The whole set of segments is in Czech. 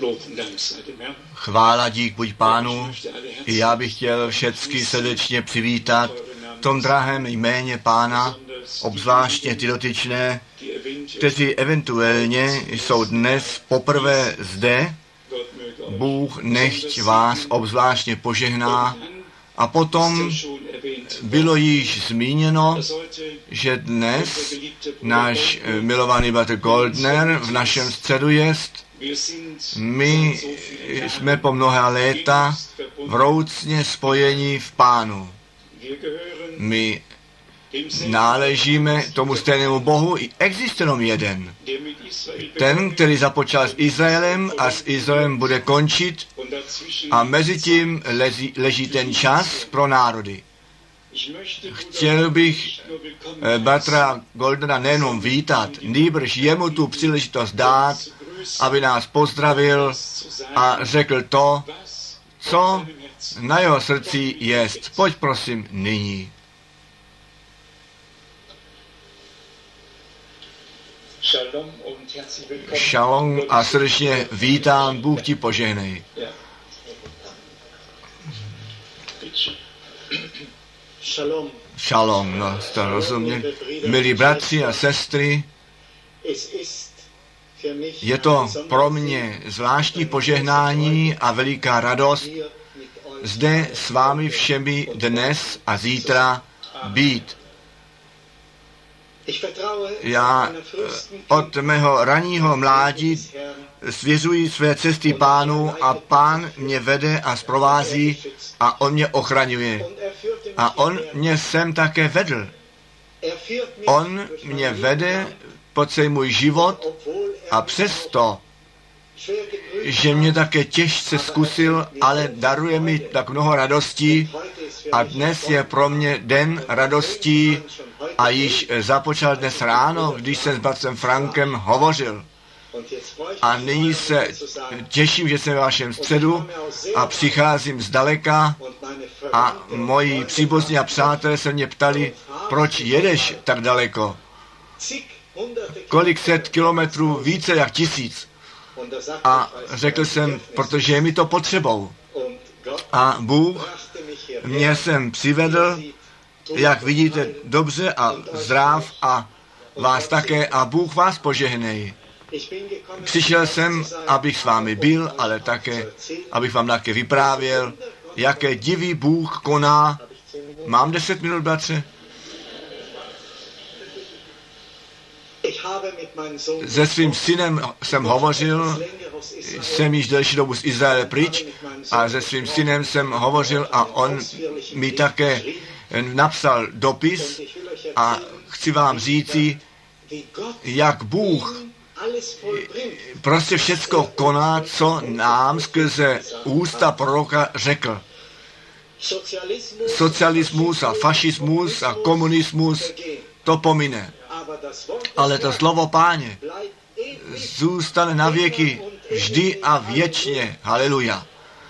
Chvála dík buď Pánu. I já bych chtěl všecky srdečně přivítat v tom drahém jméně Pána, obzvláště ty dotyčné, kteří eventuálně jsou dnes poprvé zde. Bůh nechť vás obzvláště požehná. A potom bylo již zmíněno, že dnes náš milovaný bratr Goldner v našem středu jest. My jsme po mnoha léta vroucně spojeni v Pánu. My náležíme tomu stejnému Bohu, existuje jenom jeden. Ten, který započal s Izraelem a s Izraelem bude končit a mezi tím leží ten čas pro národy. Chtěl bych bratra Goldena nejenom vítat, nýbrž jemu tu příležitost dát, aby nás pozdravil a řekl to, co na jeho srdci jest. Pojď prosím nyní. Šalom a srdečně vítám, Bůh ti požehnej. Šalom, no, jste rozuměli. Milí bratři a sestry, je to pro mě zvláštní požehnání a veliká radost zde s vámi všemi dnes a zítra být. Já od mého raního mládí svěřuji své cesty Pánu a Pán mě vede a zprovází a On mě ochraňuje. A On mě sem také vedl. On mě vede po celý můj život a přesto, že mě také těžce zkusil, ale daruje mi tak mnoho radostí a dnes je pro mě den radostí a již započal dnes ráno, když jsem s bratrem Frankem hovořil. A nyní se těším, že jsem ve vašem středu a přicházím zdaleka a moji příbuzní a přátelé se mě ptali, proč jedeš tak daleko? Kolik set kilometrů, více jak 1000. A řekl jsem, protože je mi to potřebou. A Bůh mě sem přivedl, jak vidíte, dobře a zdrav a vás také a Bůh vás požehnej. Přišel jsem, abych s vámi byl, ale také, abych vám také vyprávěl, jaké divy Bůh koná. Mám 10 minut, bratře? Se svým synem jsem hovořil, jsem již delší dobu z Izraele pryč a se svým synem jsem hovořil a on mi také napsal dopis a chci vám říci, jak Bůh prostě všecko koná, co nám skrze ústa proroka řekl. Socialismus a fašismus a komunismus, to pomine. Ale to slovo Páně zůstane na věky vždy a věčně. Haleluja.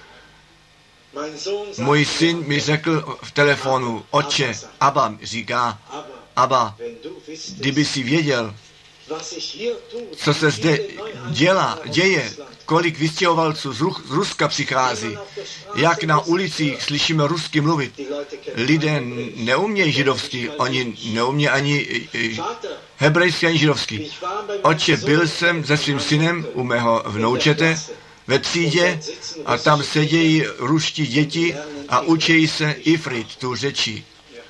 Můj syn mi řekl v telefonu, otče, Abba, říká, Abba, kdyby si věděl, co se zde děje, kolik vystěhovalců z Ruska přichází, jak na ulicích slyšíme rusky mluvit. Lidé neumějí židovsky, oni neumějí ani hebrejsky, ani židovsky. Otče, byl jsem se svým synem u mého vnoučete ve třídě a tam sedějí ruští děti a učí se ifrit, tu řeči.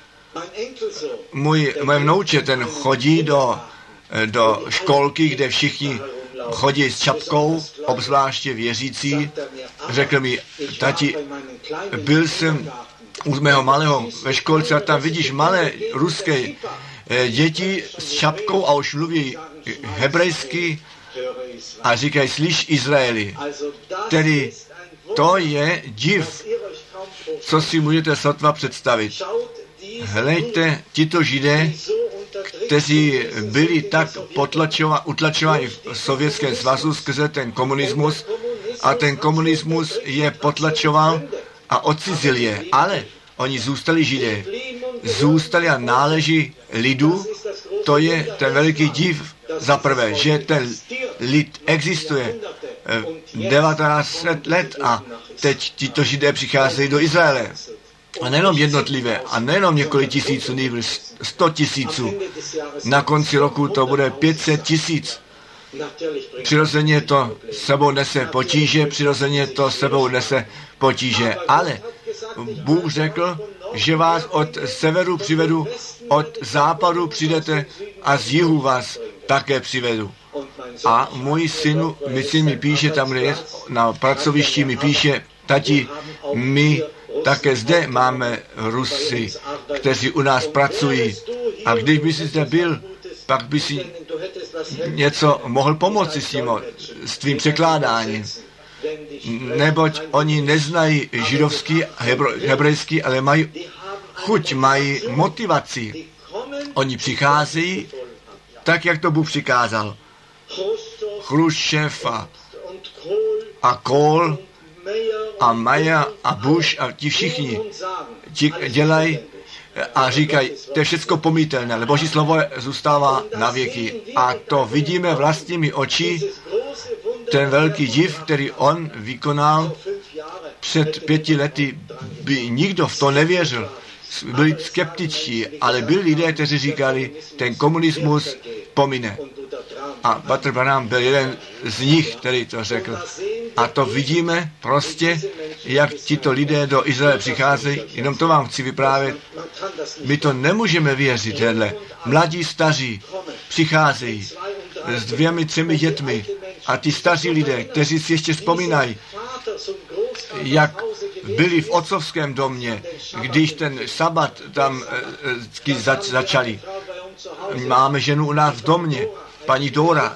Moje vnouče, ten chodí do školky, kde všichni chodí s čapkou, obzvláště věřící. Řekl mi, tati, byl jsem u mého malého ve školce a tam vidíš malé ruské děti s čapkou a už mluví hebrejsky a říkají, slyš Izraeli. Tedy to je div, co si můžete sotva představit. Hleďte, tito Židé, kteří byli tak utlačováni v Sovětském svazu skrze ten komunismus a ten komunismus je potlačoval a odcizil je, ale oni zůstali Židé. Zůstali a náleží lidu, to je ten veliký div za prvé, že ten lid existuje 1900 let a teď tito Židé přicházejí do Izraele. A nejenom jednotlivé, a nejenom několik tisíců, 100 tisíců. Na konci roku to bude 500 tisíc. Přirozeně to sebou nese potíže, ale Bůh řekl, že vás od severu přivedu, od západu přijdete a z jihu vás také přivedu. A můj syn mi píše, tam, kde je, na pracovišti mi píše, tati, my také zde máme Rusy, kteří u nás pracují. A když by si zde byl, pak by si něco mohl pomoci s tvým překládáním. Neboť oni neznají židovský, hebrejský, ale mají chuť, mají motivaci. Oni přicházejí tak, jak to Bůh přikázal. Chruščev a Kohl a Maja a Bush a ti všichni dělají a říkají, to je všecko pomítelné, ale Boží slovo zůstává na věky. A to vidíme vlastními oči, ten velký div, který on vykonal před 5 lety, by nikdo v to nevěřil. Byli skeptičtí, ale byli lidé, kteří říkali, ten komunismus pomine. A Bratr Branham byl jeden z nich, který to řekl. A to vidíme prostě, jak tito lidé do Izraele přicházejí. Jenom to vám chci vyprávět. My to nemůžeme věřit, tenhle. Mladí, staří přicházejí s 2, 3 dětmi. A ty staří lidé, kteří si ještě vzpomínají, jak byli v otcovském domě, když ten sabat tam začali. Máme ženu u nás v domě, paní Dora,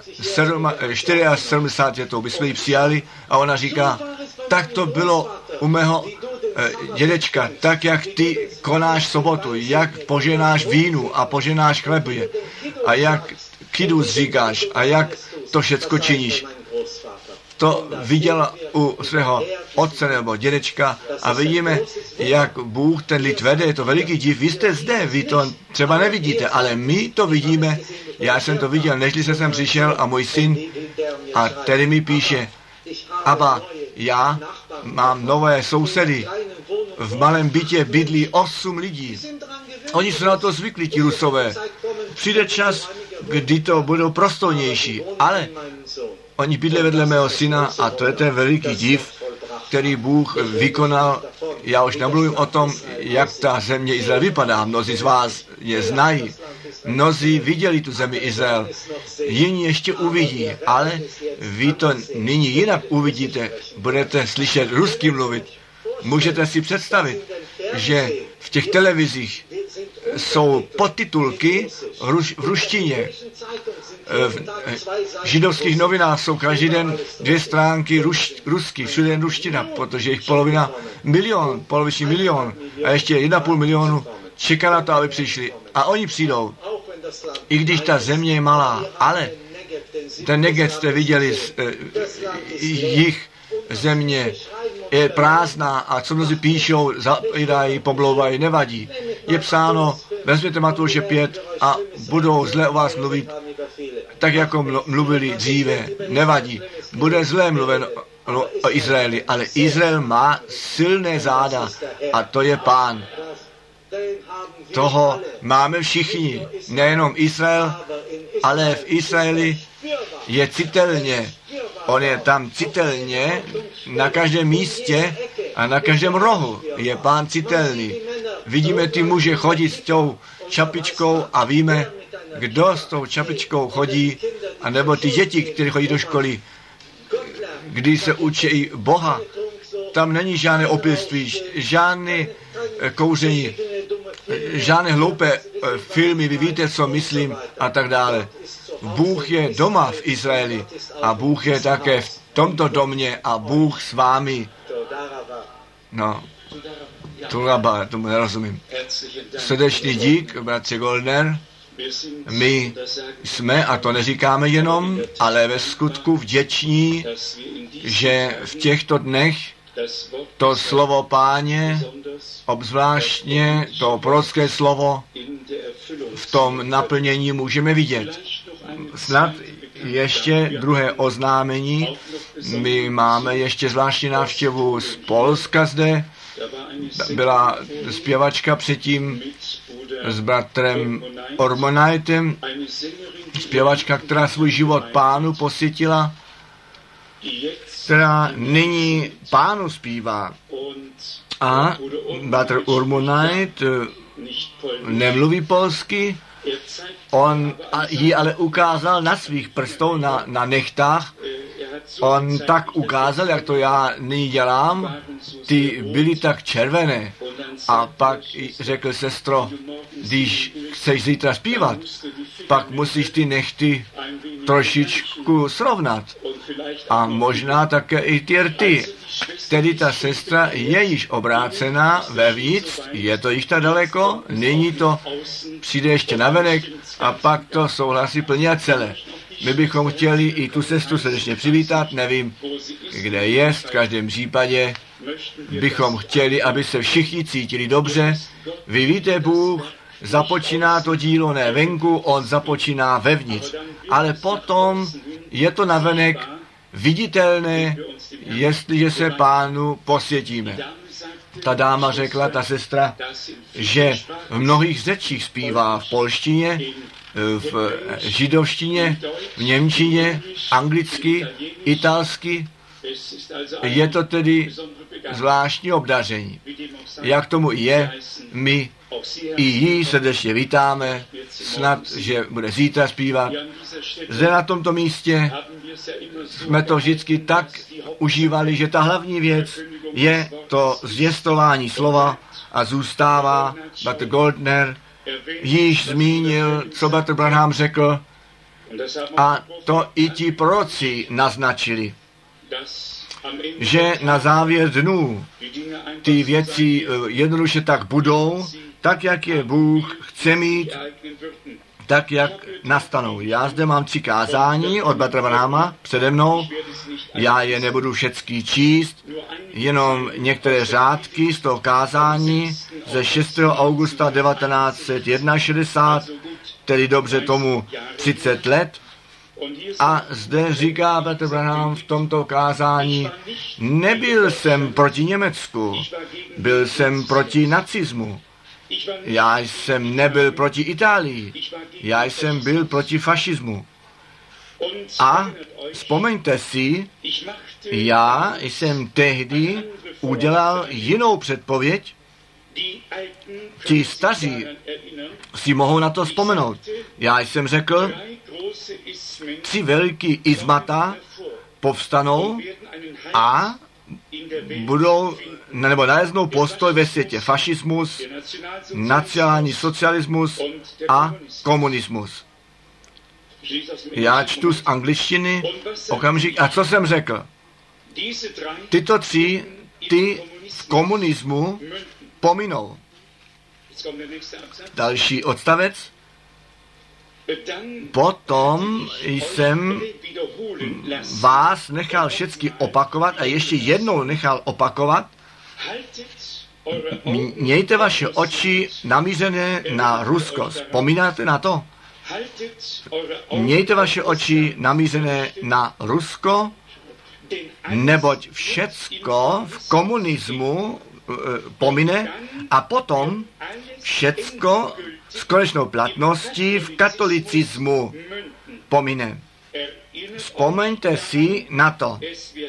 74, my jsme ji přijali a ona říká, tak to bylo u mého dědečka, tak jak ty konáš sobotu, jak poženáš vínu a poženáš chleby a jak kidus říkáš a jak to všecko činíš. To viděla u svého otce nebo dědečka a vidíme, jak Bůh ten lid vede, je to veliký div. Vy jste zde, vy to třeba nevidíte, ale my to vidíme. Já jsem to viděl, než jsem přišel a můj syn, a který mi píše, Aba, já mám nové sousedy. V malém bytě bydlí 8 lidí. Oni jsou na to zvyklí, ti Rusové. Přijde čas, kdy to budou prostojnější, ale oni bydlí vedle mého syna a to je ten veliký div, který Bůh vykonal. Já už nemluvím o tom, jak ta země Izrael vypadá. Mnozí z vás je znají. Mnozí viděli tu zemi Izrael. Jiní ještě uvidí, ale vy to nyní jinak uvidíte. Budete slyšet rusky mluvit. Můžete si představit, že v těch televizích jsou podtitulky v ruštině. V židovských novinách jsou každý den 2 stránky rusky, všude jen ruština, protože jich poloviční milion a ještě 1,5 milionu čeká na to, aby přišli. A oni přijdou. I když ta země je malá, ale ten Negev jste viděli jich země je prázdná a co mnozí píšou, zapírají, pomlouvají, nevadí. Je psáno, vezměte Matouše 5 a budou zle o vás mluvit, tak jako mluvili dříve, nevadí. Bude zle mluveno o Izraeli, ale Izrael má silné záda a to je Pán. Toho máme všichni, nejenom Izrael, ale v Izraeli je citelně. On je tam citelně na každém místě a na každém rohu. Je Pán citelný. Vidíme ty muže chodit s tou čapičkou a víme, kdo s tou čapičkou chodí, anebo ty děti, které chodí do školy, kdy se učí Boha. Tam není žádné opilství, žádné kouření, žádné hloupé filmy, vy víte, co myslím, a tak dále. Bůh je doma v Izraeli a Bůh je také v tomto domě a Bůh s vámi. No, tomu nerozumím. Srdečný dík, bratře Goldner. My jsme, a to neříkáme jenom, ale ve skutku vděční, že v těchto dnech to slovo Páně, obzvláštně to prorocké slovo, v tom naplnění můžeme vidět. Snad ještě druhé oznámení. My máme ještě zvláštní návštěvu z Polska zde. Byla zpěvačka předtím s bratrem Ormonajtem. Zpěvačka, která svůj život Pánu posvětila, která nyní Pánu zpívá. A bratr Ormonajt nemluví polsky, on jí ale ukázal na svých prstou, na nechtách. On tak ukázal, jak to já nyní dělám, ty byly tak červené. A pak řekl: sestro, když chceš zítra zpívat, pak musíš ty nechty trošičku srovnat. A možná také i ty rty. Tedy ta sestra je již obrácená vevnitř, je to již tak daleko, nyní to přijde ještě navenek a pak to souhlasí plně a celé. My bychom chtěli i tu sestru srdečně přivítat, nevím, kde je, v každém případě bychom chtěli, aby se všichni cítili dobře. Vy víte, Bůh započíná to dílo ne venku, on započíná vevnitř. Ale potom je to navenek viditelné, jestliže se Pánu posvětíme. Ta dáma řekla, ta sestra, že v mnohých řečích zpívá v polštině, v židovštině, v němčině, anglicky, italsky. Je to tedy zvláštní obdaření. Jak tomu je, my i jí srdečně vítáme, snad, že bude zítra zpívat. Zde na tomto místě jsme to vždycky tak užívali, že ta hlavní věc je to zvěstování slova a zůstává. Bratr Goldner již zmínil, co bratr Branham řekl, a to i ti proroci naznačili, že na závěr dnů ty věci jednoduše tak budou, tak, jak je Bůh chce mít, tak, jak nastanou. Já zde mám 3 kázání od bratra Branhama přede mnou. Já je nebudu všecky číst, jenom některé řádky z toho kázání ze 6. augusta 1961, tedy dobře tomu 30 let. A zde říká bratr Branham v tomto kázání: nebyl jsem proti Německu, byl jsem proti nacismu. Já jsem nebyl proti Itálii, já jsem byl proti fašismu. A vzpomeňte si, já jsem tehdy udělal jinou předpověď. Ti staří si mohou na to vzpomenout. Já jsem řekl, 3 velký izmata povstanou a budou, nebo naleznou postoj ve světě: fašismus, nacionální socialismus a komunismus. Já čtu z angličtiny okamžik. A co jsem řekl? Tyto 3, ty v komunismu pominou. Další odstavec. Potom jsem vás nechal všechny opakovat a ještě jednou nechal opakovat: mějte vaše oči namířené na Rusko. Vzpomínáte na to? Mějte vaše oči namířené na Rusko, neboť všecko v komunismu pomine a potom všecko s konečnou platností v katolicismu pomine. Vzpomeňte si na to.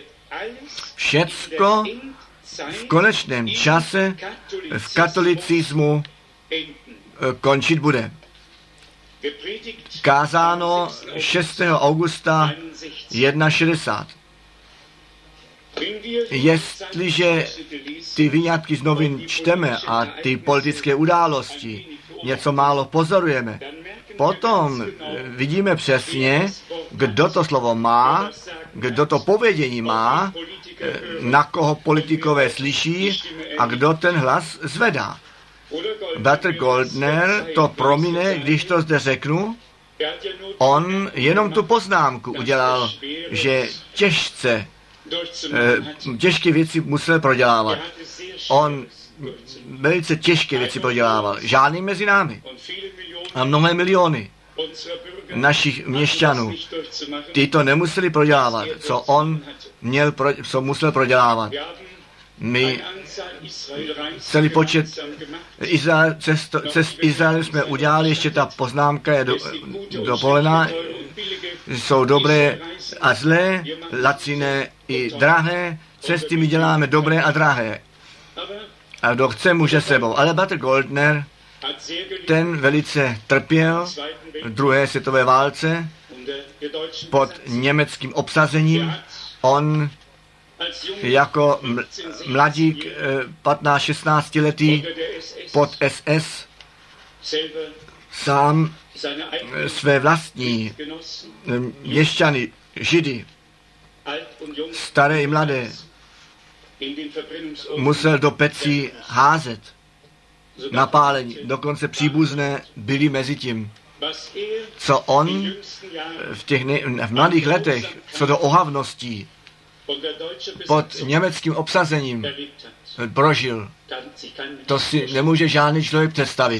Všecko v konečném čase v katolicismu končit bude. Kázáno 6. augusta 61. Jestliže ty výňatky z novin čteme a ty politické události něco málo pozorujeme, potom vidíme přesně, kdo to slovo má, kdo to povědění má, na koho politikové slyší a kdo ten hlas zvedá. Bratr Goldner to promine, když to zde řeknu. On jenom tu poznámku udělal, že těžké věci musel prodělávat. On velice těžké věci prodělával. Žádný mezi námi. A mnohé miliony. našich měšťanů. Ty to nemuseli prodělávat, co musel prodělávat. My celý počet cest Izraele jsme udělali, ještě ta poznámka je dovolená. Jsou dobré a zlé, laciné i drahé. Cesty my děláme dobré a drahé. A kdo chce, může sebou. Ale Bratr Goldner, ten velice trpěl v druhé světové válce pod německým obsazením. On jako mladík 15-16 letý pod SS sám své vlastní měšťany, Židy, staré i mladé, musel do pecí házet na pálení. Dokonce příbuzné byli mezi tím. Co on v mladých letech, co do ohavností, pod německým obsazením prožil, to si nemůže žádný člověk představit.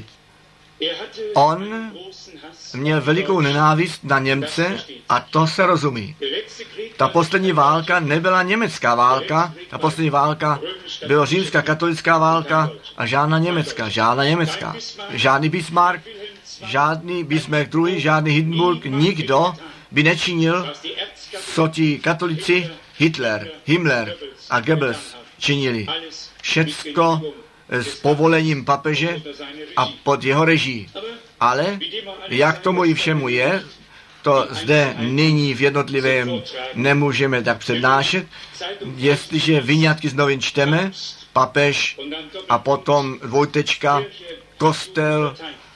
On měl velikou nenávist na Němce a to se rozumí. Ta poslední válka nebyla německá válka, ta poslední válka byla římská katolická válka a žádná německá. Žádný Bismarck, žádný Bismarck II, žádný Hindenburg, nikdo by nečinil, co ti katolici Himmler a Goebbels činili. Všecko s povolením papeže a pod jeho režii. Ale jak tomu i všemu je, to zde nyní v jednotlivém nemůžeme tak přednášet. Jestliže vyňatky z novin čteme, papež a potom dvojtečka, kostel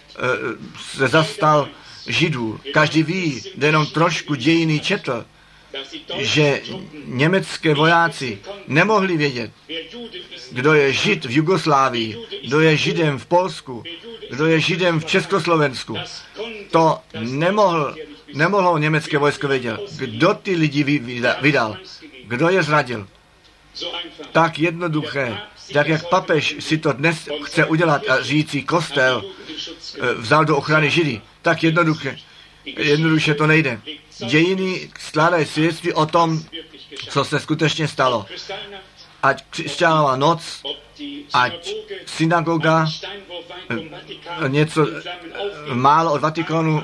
se zastal Židů. Každý ví, kdo jenom trošku dějiny četl, že německé vojáci nemohli vědět, kdo je Žid v Jugoslávii, kdo je Židem v Polsku, kdo je Židem v Československu. To nemohlo německé vojsko vědět. Kdo ty lidi vydal? Kdo je zradil? Tak jednoduché, tak jak papež si to dnes chce udělat a řící kostel vzal do ochrany Židy, tak jednoduše to nejde. Dějiny skládají svědectví o tom, co se skutečně stalo. Ať křišťálová noc, ať synagoga, něco málo od Vatikánu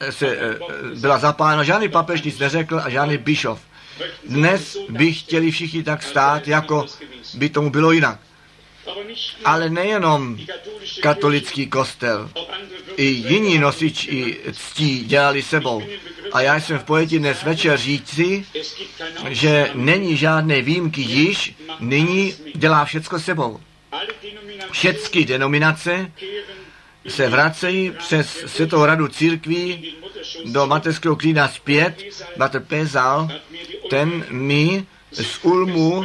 byla zapálena. Žádný papež nic neřekl a žádný bišov. Dnes by chtěli všichni tak stát, jako by tomu bylo jinak. Ale nejenom katolický kostel, i jiní nosiči ctí dělali sebou. A já jsem v pojetí dnes večer říci, že není žádné výjimky již, nyní dělá všecko sebou. Všechny denominace se vracejí přes Světovou radu církví do mateřského klína zpět. Bratr Pézal, ten mi z Ulmu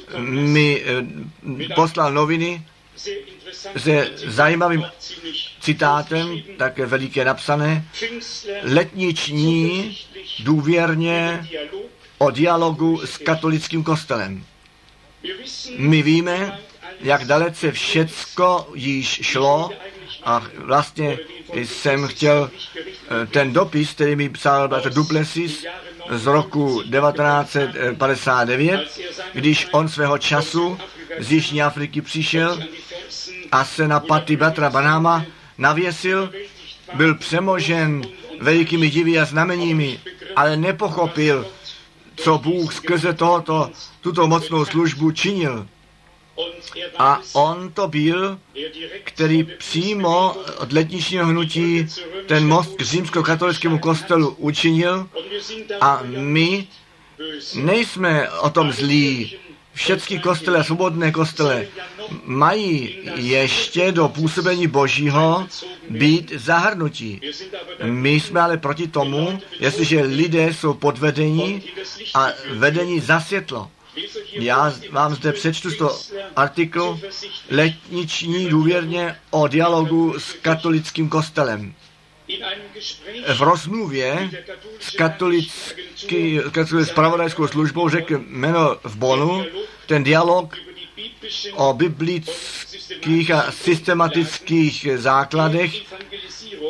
poslal noviny se zajímavým citátem, také veliké napsané, letniční důvěrně o dialogu s katolickým kostelem. My víme, jak dalece všecko již šlo a vlastně jsem chtěl ten dopis, který mi psal bratr Duplessis z roku 1959, když on svého času z Jižní Afriky přišel a se na paty bratra Branhama navěsil, byl přemožen velikými divy a znameními, ale nepochopil, co Bůh skrze tuto mocnou službu činil. A on to byl, který přímo od letničního hnutí ten most k římskokatolickému kostelu učinil a my nejsme o tom zlí. Všechny kostele, svobodné kostele mají ještě do působení Božího být zahrnutí. My jsme ale proti tomu, jestliže lidé jsou podvedení a vedení za světlo. Já vám zde přečtu z toho artiklu letniční důvěrně o dialogu s katolickým kostelem. V rozmluvě s katolickou zpravodajskou službou řekl jméno v Bonu, ten dialog o biblických a systematických základech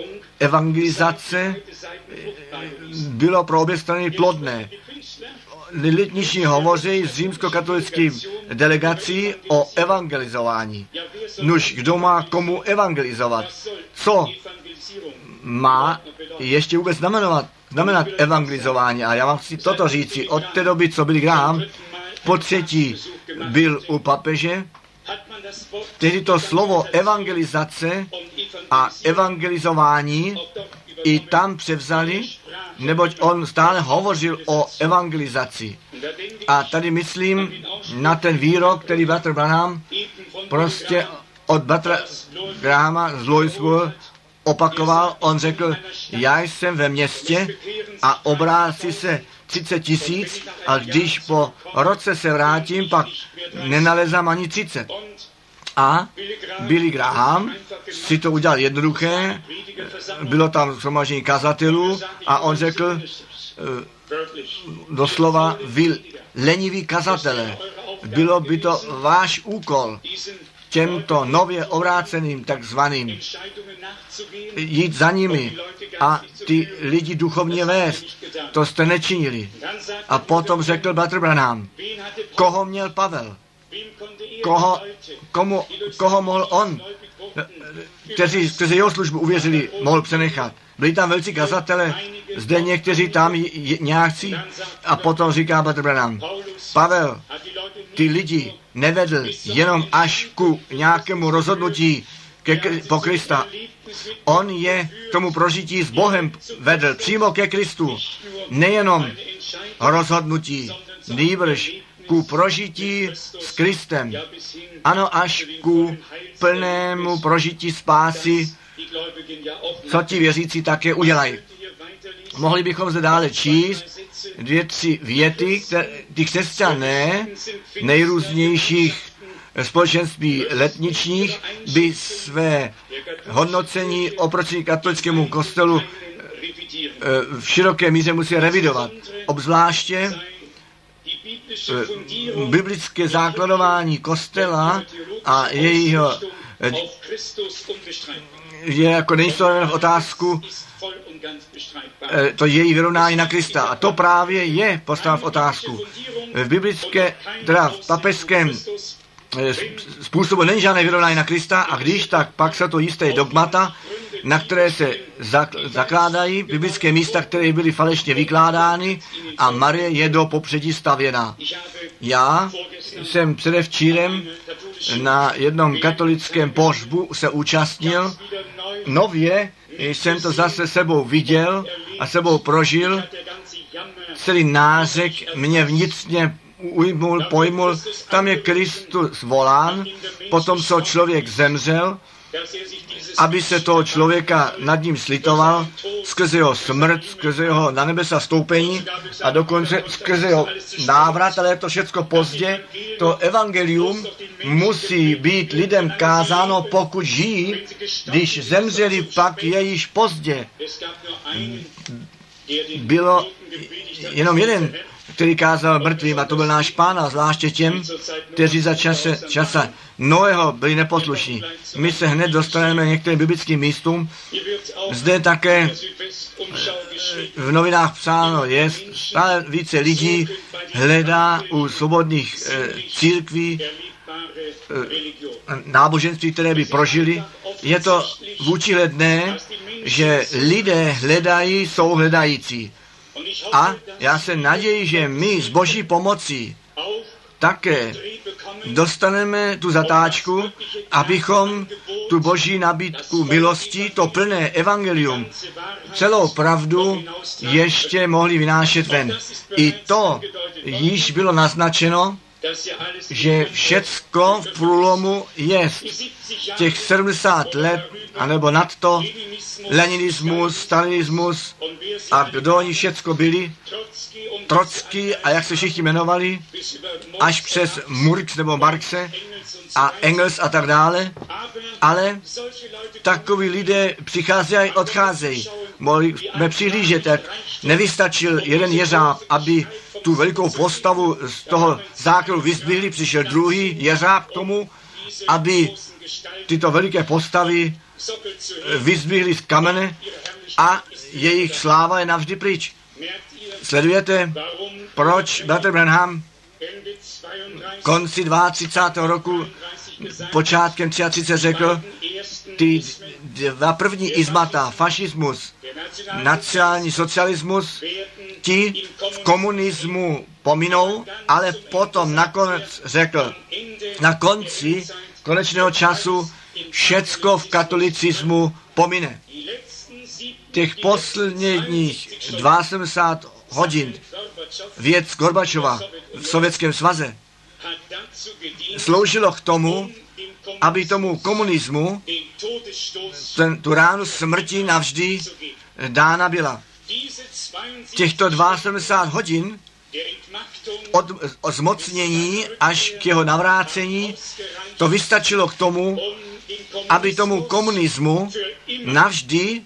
evangelizace bylo pro obě strany plodné. Lidniční hovoří s římskokatolickým delegací o evangelizování. Nuž, kdo má komu evangelizovat? Co má ještě vůbec znamenat evangelizování? A já vám chci toto říci. Od té doby, co Billy Graham po třetí byl u papeže, tehdy to slovo evangelizace a evangelizování i tam převzali, neboť on stále hovořil o evangelizaci. A tady myslím na ten výrok, který bratr Branham prostě od bratra Grahama z Louisville opakoval. On řekl, já jsem ve městě a obrátí se 30 000 a když po roce se vrátím, pak nenalezám ani 30. A Billy Graham si to udělal jednoduché, bylo tam shromáždění kazatelů a on řekl doslova, vy leniví kazatele, bylo by to váš úkol těmto nově obráceným takzvaným jít za nimi a ty lidi duchovně vést. To jste nečinili. A potom řekl bratr Branham, koho měl Pavel? Koho mohl on, kteří jeho službu uvěřili, mohl přenechat? Byli tam velcí kazatele, zde někteří tam nějací a potom říká bratr Branham, Pavel ty lidi nevedl jenom až ku nějakému rozhodnutí po Krista. On je tomu prožití s Bohem vedl přímo ke Kristu. Nejenom rozhodnutí, nýbrž ku prožití s Kristem. Ano, až ku plnému prožití spásy, co ti věřící také udělají. Mohli bychom zde dále číst 2-3 věty, ty křesťané nejrůznějších společenství letničních by své hodnocení oproti katolickému kostelu v široké míře musí revidovat. Obzvláště biblické základování kostela a jejího je jako nejsou v otázku to její vyrovnání na Krista. A to právě je postaven v otázku. V biblické, teda v papežském způsobu není žádné vyrovnání na Krista a když tak, pak se to jisté dogmata, na které se zakládají, biblické místa, které byly falešně vykládány a Marie je do popředí stavěna. Já jsem předevčírem na jednom katolickém pohřbu se účastnil. Nově jsem to zase sebou viděl a sebou prožil. Celý nářek mě vnitřně pojmul, tam je Kristus volán, potom co člověk zemřel, aby se toho člověka nad ním slitoval, skrze jeho smrt, skrze jeho na nebesa stoupení a dokonce skrze jeho návrat, ale je to všecko pozdě. To evangelium musí být lidem kázáno, pokud žijí, když zemřeli, pak je již pozdě. Bylo jenom jeden, který kázal mrtvým, a to byl náš Pán, a zvláště těm, kteří za čase Noého byli neposlušní. My se hned dostaneme některým biblickým místům. Zde také v novinách psáno je, stále více lidí hledá u svobodných církví náboženství, které by prožili. Je to vůčihodné, že lidé hledají, jsou hledající. A já se naději, že my s Boží pomocí také dostaneme tu zatáčku, abychom tu Boží nabídku milosti, to plné evangelium, celou pravdu ještě mohli vynášet ven. I to již bylo naznačeno, že všecko v průlomu je těch 70 let, anebo nad to, leninismus, stalinismus a kdo oni všecko byli, Trocký a jak se všichni jmenovali, až přes Murks nebo Marxe a Engels a tak dále, ale takoví lidé přicházejí a odcházejí. Můžeme přihlížet, jak nevystačil jeden jeřáb, aby tu velikou postavu z toho základu vyzdvihli, přišel druhý jeřáb k tomu aby tyto veliké postavy vyzdvihly z kamene a jejich sláva je navždy pryč. Sledujete, proč bratr Branham konci 32. roku, počátkem 33 řekl, ty dva první izmata, fašismus, nacionální socialismus, ti v komunismu pominou, ale potom nakonec řekl, na konci konečného času všecko v pomine. Těch posledních 72 hodin věc Gorbačova v Sovětském svaze sloužilo k tomu, aby tomu komunismu tu ránu smrti navždy dána byla. Těchto 72 hodin od zmocnění až k jeho navrácení, to vystačilo k tomu, aby tomu komunismu navždy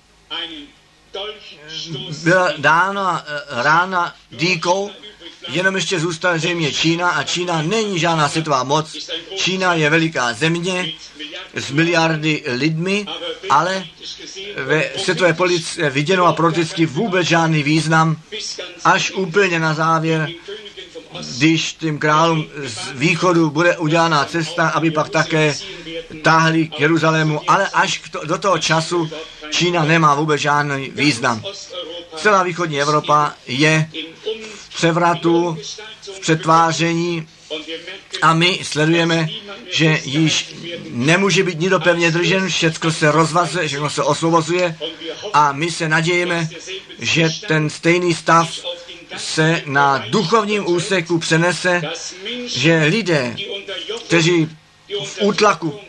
byla dána rána dýkou, jenom ještě zůstala zřejmě Čína a Čína není žádná světová moc. Čína je veliká země s miliardy lidmi, ale ve světové politice viděno a politicky vůbec žádný význam, až úplně na závěr, když tím králům z východu bude udělána cesta, aby pak také táhli k Jeruzalému, ale až do toho času Čína nemá vůbec žádný význam. Celá východní Evropa je v převratu, v přetváření a my sledujeme, že již nemůže být nikdo pevně držen, všechno se rozvazuje, všechno se osvobozuje a my se nadějeme, že ten stejný stav se na duchovním úseku přenese, že lidé, kteří v útlaku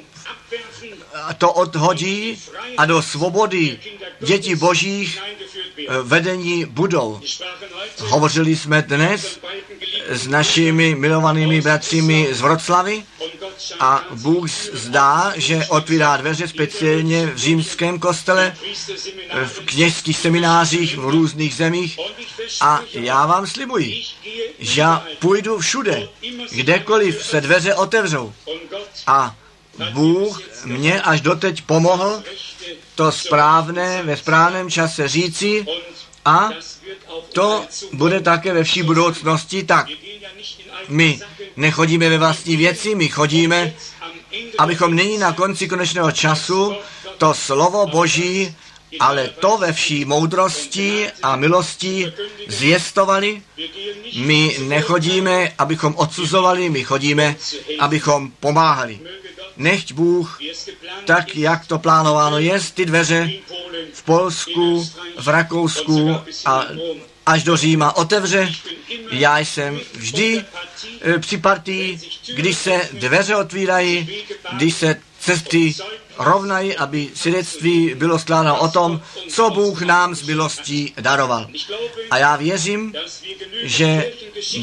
to odhodí a do svobody dětí božích vedení budou. Hovořili jsme dnes s našimi milovanými bratřími z Vroclavy a Bůh zdá, že otvírá dveře speciálně v římském kostele, v kněžských seminářích v různých zemích a já vám slibuji, že já půjdu všude, kdekoliv se dveře otevřou a Bůh mě až doteď pomohl to správné ve správném čase říci a to bude také ve vší budoucnosti tak. My nechodíme ve vlastní věci, my chodíme, abychom nyní na konci konečného času to slovo Boží, ale to ve vší moudrosti a milosti zvěstovali. My nechodíme, abychom odsuzovali, my chodíme, abychom pomáhali. Nechť Bůh, tak jak to plánováno je, ty dveře v Polsku, v Rakousku a až do Říma otevře. Já jsem vždy při partii, když se dveře otvírají, když se cesty rovnají, aby svědectví bylo skládáno o tom, co Bůh nám z milostí daroval. A já věřím, že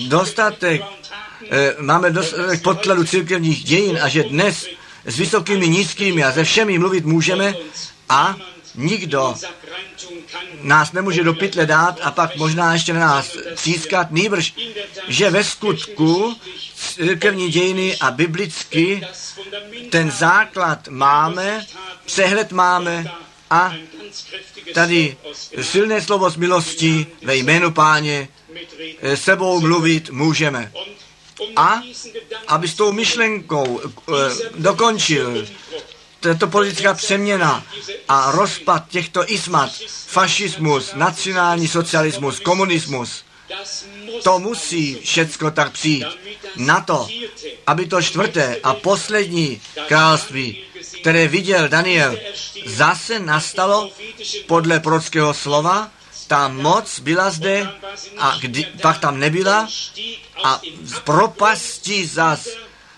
máme dostatek podkladu církevních dějin a že dnes s vysokými, nízkými a se všemi mluvit můžeme a nikdo nás nemůže do pytle dát a pak možná ještě na nás třískat, nýbrž, že ve skutku církevní dějiny a biblicky ten základ máme, přehled máme a tady silné slovo z milosti ve jménu Páně sebou mluvit můžeme. A aby s tou myšlenkou dokončil tato politická přeměna a rozpad těchto ismat, fašismus, nacionální socialismus, komunismus, to musí všecko tak přijít na to, aby to čtvrté a poslední království, které viděl Daniel, zase nastalo podle prorockého slova. Ta moc byla zde a pak tam nebyla a z propasti zase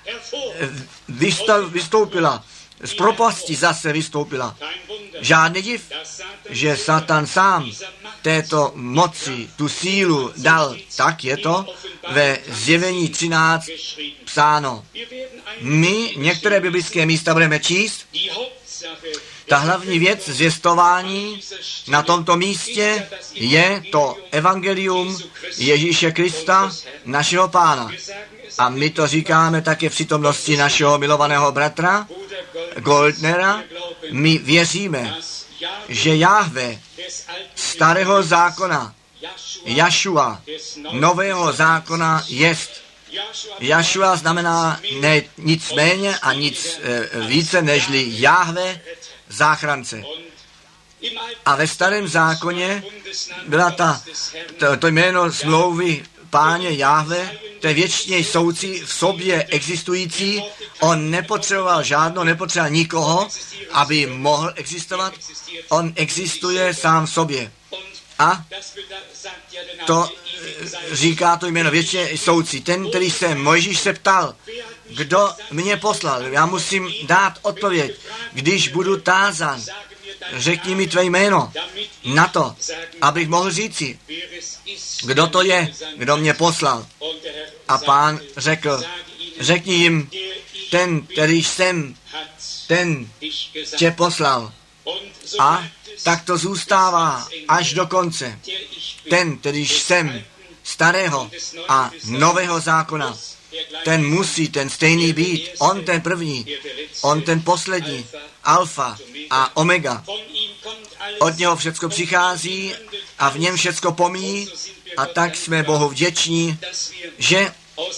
vystoupila. Z propasti zase vystoupila. Žádný div, že Satan sám této moci, tu sílu dal. Tak je to ve Zjevení 13 psáno. My některé biblické místa budeme číst. Ta hlavní věc zvěstování na tomto místě je to evangelium Ježíše Krista, našeho Pána. A my to říkáme také v přítomnosti našeho milovaného bratra Goldnera. My věříme, že Jahve starého zákona, Jašua, nového zákona jest. Jašua znamená ne nic méně a nic více nežli Jahve, záchrance. A ve starém zákoně byla to jméno smlouvy Páně Jahve, to je věčně soucí v sobě existující. On nepotřeboval nikoho, aby mohl existovat. On existuje sám v sobě. A to říká to jméno věčně soucí. Ten, který Mojžíš se ptal, kdo mě poslal. Já musím dát odpověď. Když budu tázán, řekni mi tvé jméno na to, abych mohl říci, kdo to je, kdo mě poslal. A Pán řekl, řekni jim, ten, který jsem, ten tě poslal. A tak to zůstává až do konce. Ten, který jsem, starého a nového zákona, ten musí ten stejný být. On ten první, on ten poslední, alfa a omega. Od něho všecko přichází a v něm všecko pomíjí. A tak jsme Bohu vděční, že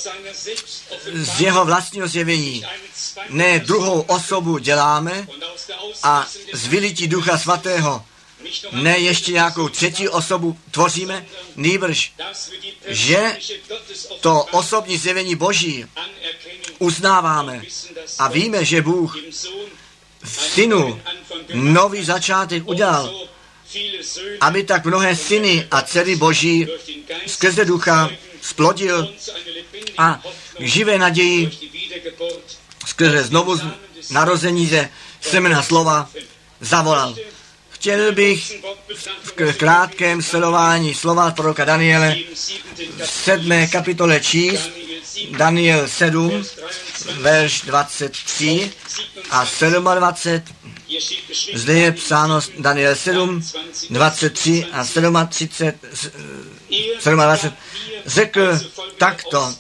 z jeho vlastního zjevení ne druhou osobu děláme a z vylití Ducha Svatého ne ještě nějakou třetí osobu tvoříme, nýbrž, že to osobní zjevení Boží uznáváme a víme, že Bůh v synu nový začátek udělal, aby tak mnohé syny a dcery Boží skrze Ducha splodil a k živé naději skrze znovu narození ze semena slova zavolal. Chtěl bych v krátkém sledování slova proroka Daniele v 7. kapitole číst Daniel 7, verš 23 a 27. Zde je psáno Daniel 7, 23 a 27. Řekl takto.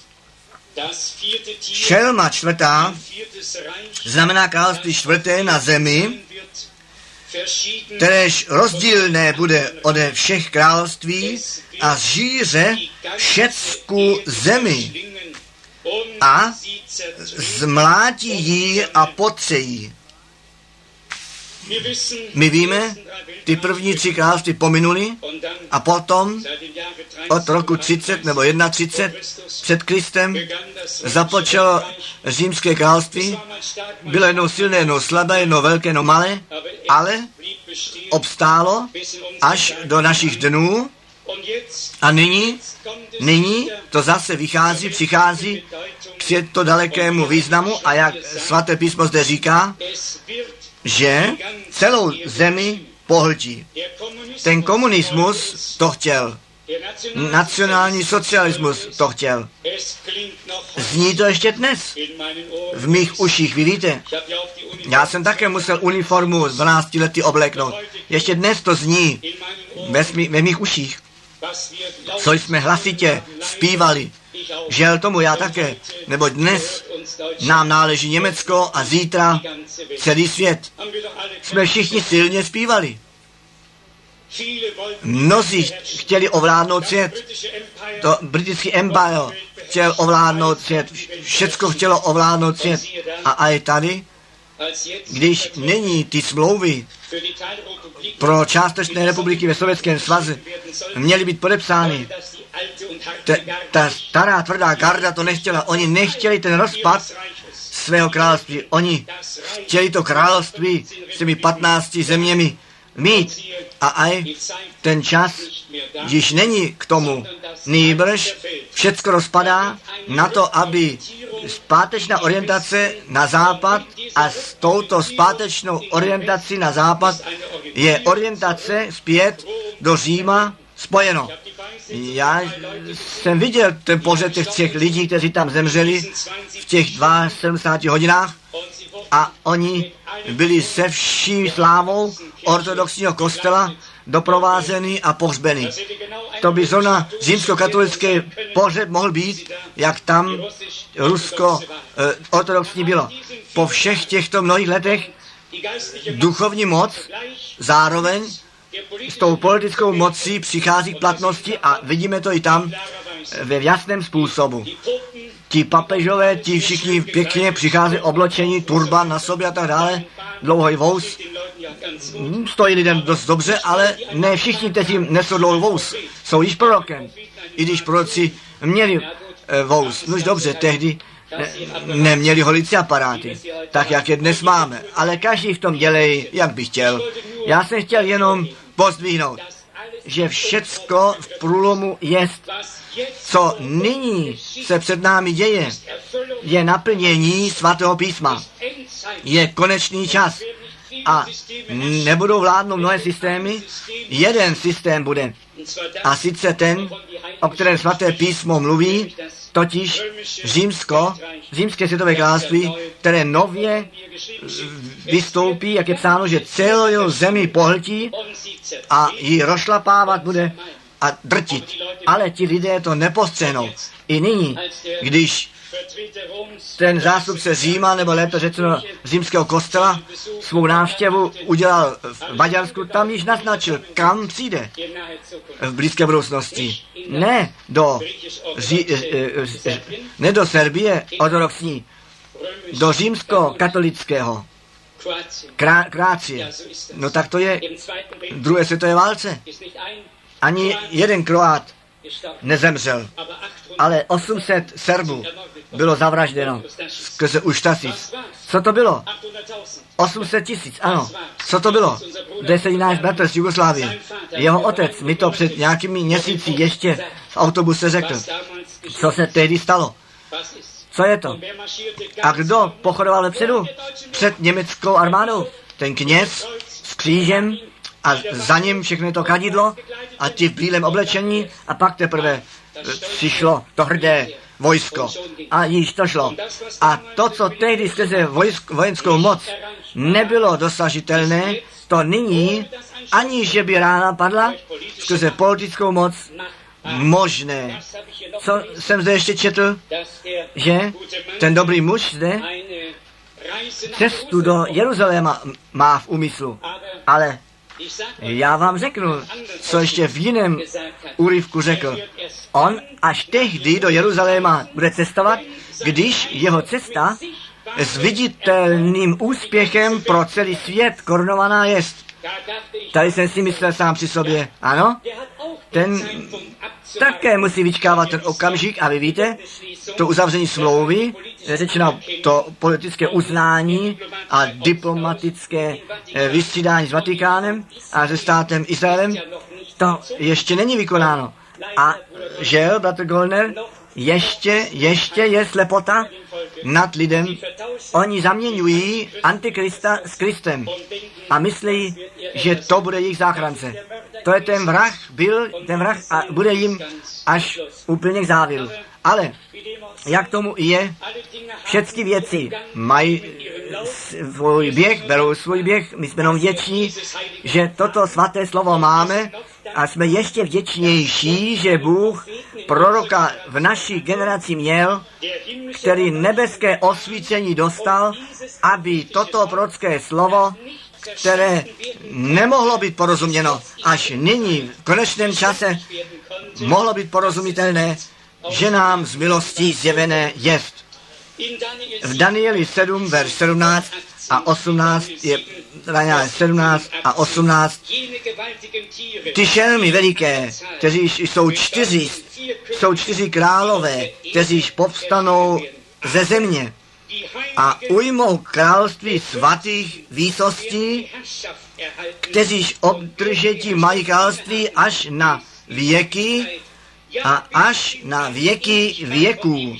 Šelma čtvrtá znamená království čtvrté na zemi, kteréž rozdílné bude ode všech království a zžíře všecku zemi a zmlátí ji a potřejí. My víme, ty první tři království pominuli a potom od roku 30 nebo 31 před Kristem započalo římské království. Bylo jednou silné, jednou slabé, jednou velké, jednou malé, ale obstálo až do našich dnů a nyní to zase přichází k světo dalekému významu a jak svaté písmo zde říká, že celou zemi pohltí. Ten komunismus to chtěl. Nacionální socialismus to chtěl. Zní to ještě dnes. V mých uších, vy víte. Já jsem také musel uniformu z 12 lety obléknout. Ještě dnes to zní ve mých uších. Co jsme hlasitě zpívali. Žel tomu já také, neboť dnes nám náleží Německo a zítra celý svět. Jsme všichni silně zpívali. Mnozí chtěli ovládnout svět. To britský empire chtěl ovládnout svět. Všecko chtělo ovládnout svět. A i tady, když není ty smlouvy pro částečné republiky ve Sovětském svazu měly být podepsány, ta stará tvrdá garda to nechtěla. Oni nechtěli ten rozpad svého království. Oni chtěli to království s těmi 15 zeměmi mít. A aj ten čas již není k tomu. Nýbrž všecko rozpadá na to, aby zpátečná orientace na západ a s touto zpátečnou orientací na západ je orientace zpět do Říma spojeno. Já jsem viděl ten pořad těch 3 lidí, kteří tam zemřeli v těch 72 hodinách a oni byli se vší slávou ortodoxního kostela doprovázení a pohřbení. To by zrovna římskokatolický pohřeb mohl být, jak tam rusko-ortodoxní bylo. Po všech těchto mnohých letech duchovní moc zároveň s tou politickou mocí přichází k platnosti a vidíme to i tam ve jasném způsobu. Ti papežové, ti všichni pěkně přichází obločení, turban na sobě a tak dále, dlouhý vous. Stojí lidem dost dobře, ale ne všichni, kteří nesou dlouhý vous, jsou již prorokem. I když proroci měli vous, nož dobře, tehdy neměli holicí aparáty, tak jak je dnes máme, ale každý v tom dělej, jak by chtěl. Já jsem chtěl jenom pozdvihnout, že všecko v průlomu jest, co nyní se před námi děje, je naplnění svatého písma. Je konečný čas a nebudou vládnout mnohé systémy, jeden systém bude. A sice ten, o kterém svaté písmo mluví, totiž římské světové království, které nově vystoupí, jak je psáno, že celou zemi pohltí a ji rozšlapávat bude a drtit. Ale ti lidé to nepostřehnou. I nyní, když ten zástupce Říma, nebo lépe řečeno římského kostela, svou návštěvu udělal v Maďarsku, tam již naznačil, kam přijde v blízké budoucnosti. Ne do Serbie ortodoxní, do římsko-katolického. Kroácie. No tak to je v druhé světové válce. Ani jeden Kroát nezemřel, ale 800 Serbů bylo zavražděno skrze Uštasis. Co to bylo? 800 000, ano. Co to bylo? Kde sedí náš bratr z Jugoslávie. Jeho otec mi to před nějakými měsíci ještě v autobuse řekl. Co se tehdy stalo? Co je to? A kdo pochodoval vepředu? Před německou armádou? Ten kněz s křížem a za ním všechno to kadidlo a ti v bílém oblečení a pak teprve přišlo to hrdé vojsko. A již to šlo. A to, co tehdy skrze vojenskou moc nebylo dosažitelné, to nyní, aniž by rána padla, skrze politickou moc možné. Co jsem zde ještě četl? Že ten dobrý muž zde cestu do Jeruzaléma má v úmyslu. Ale já vám řeknu, co ještě v jiném úryvku řekl. On až tehdy do Jeruzaléma bude cestovat, když jeho cesta s viditelným úspěchem pro celý svět korunovaná jest. Tady jsem si myslel sám při sobě, ano, ten také musí vyčkávat ten okamžik a vy víte, to uzavření smlouvy, řečeno to politické uznání a diplomatické vystřídání s Vatikánem a se státem Izraelem, to ještě není vykonáno. A žel, bratr Goldner, ještě je slepota nad lidem. Oni zaměňují Antikrista s Kristem a myslí, že to bude jejich záchrance. To je ten vrah a bude jim až úplně k závěru. Ale jak tomu je, všechny věci mají svůj běh, berou svůj běh, my jsme jenom vděční, že toto svaté slovo máme a jsme ještě vděčnější, že Bůh proroka v naší generaci měl, který nebeské osvícení dostal, aby toto prorocké slovo, které nemohlo být porozuměno, až nyní v konečném čase mohlo být porozumitelné, že nám z milostí zjevené jest. V Danieli 7, verš 17 a 18 je 17 a 18. Ty šelmy veliké, kteří jsou čtyři králové, kteří povstanou ze země a ujmou království svatých výsostí, kteří obdržetí mají království až na věky a až na věky věků.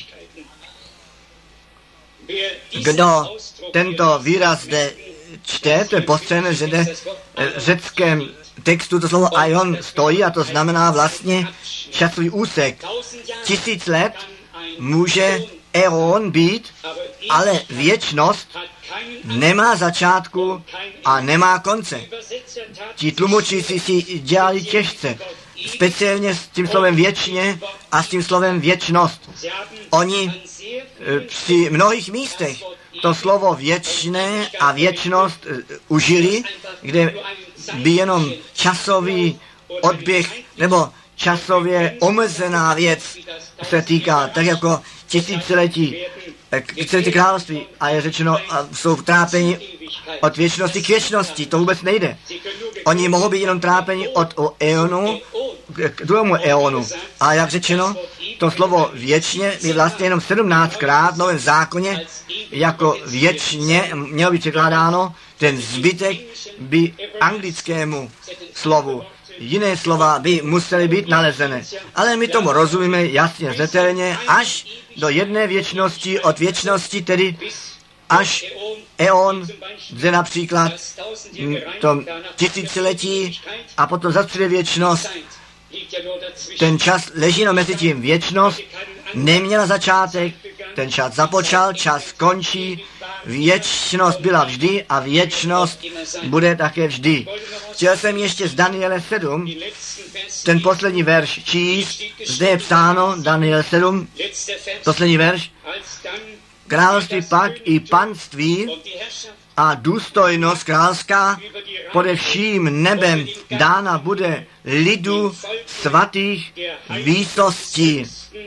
Kdo tento výraz zde čte, to je postřené, že v řeckém textu to slovo aion stojí a to znamená vlastně časový úsek. 1000 let může eon být, ale věčnost nemá začátku a nemá konce. Ti tlumočníci si dělali těžce, speciálně s tím slovem věčně a s tím slovem věčnost. Oni při mnohých místech to slovo věčné a věčnost užili, kde by jenom časový odběh nebo časově omezená věc se týká, tak jako tisíciletí království a je řečeno, jsou trápeni od věčnosti k věčnosti, to vůbec nejde. Oni mohou být jenom trápeni od eonu k druhému eonu. A jak řečeno, to slovo věčně je vlastně jenom 17krát v Novém zákoně jako věčně mělo být překládáno, ten zbytek by anglickému slovu. Jiné slova by musely být nalezené. Ale my tomu rozumíme jasně, zřetelně, až do jedné věčnosti, od věčnosti tedy až eon, kde například to tisíciletí a potom zase věčnost. Ten čas leží mezi tím. Věčnost neměla začátek, ten čas započal, čas končí, věčnost byla vždy a věčnost bude také vždy. Chtěl jsem ještě z Daniele 7, ten poslední verš číst, zde je psáno, Daniel 7, poslední verš, království pak i panství a důstojnost královská pode vším nebem dána bude lidu svatých výsostí.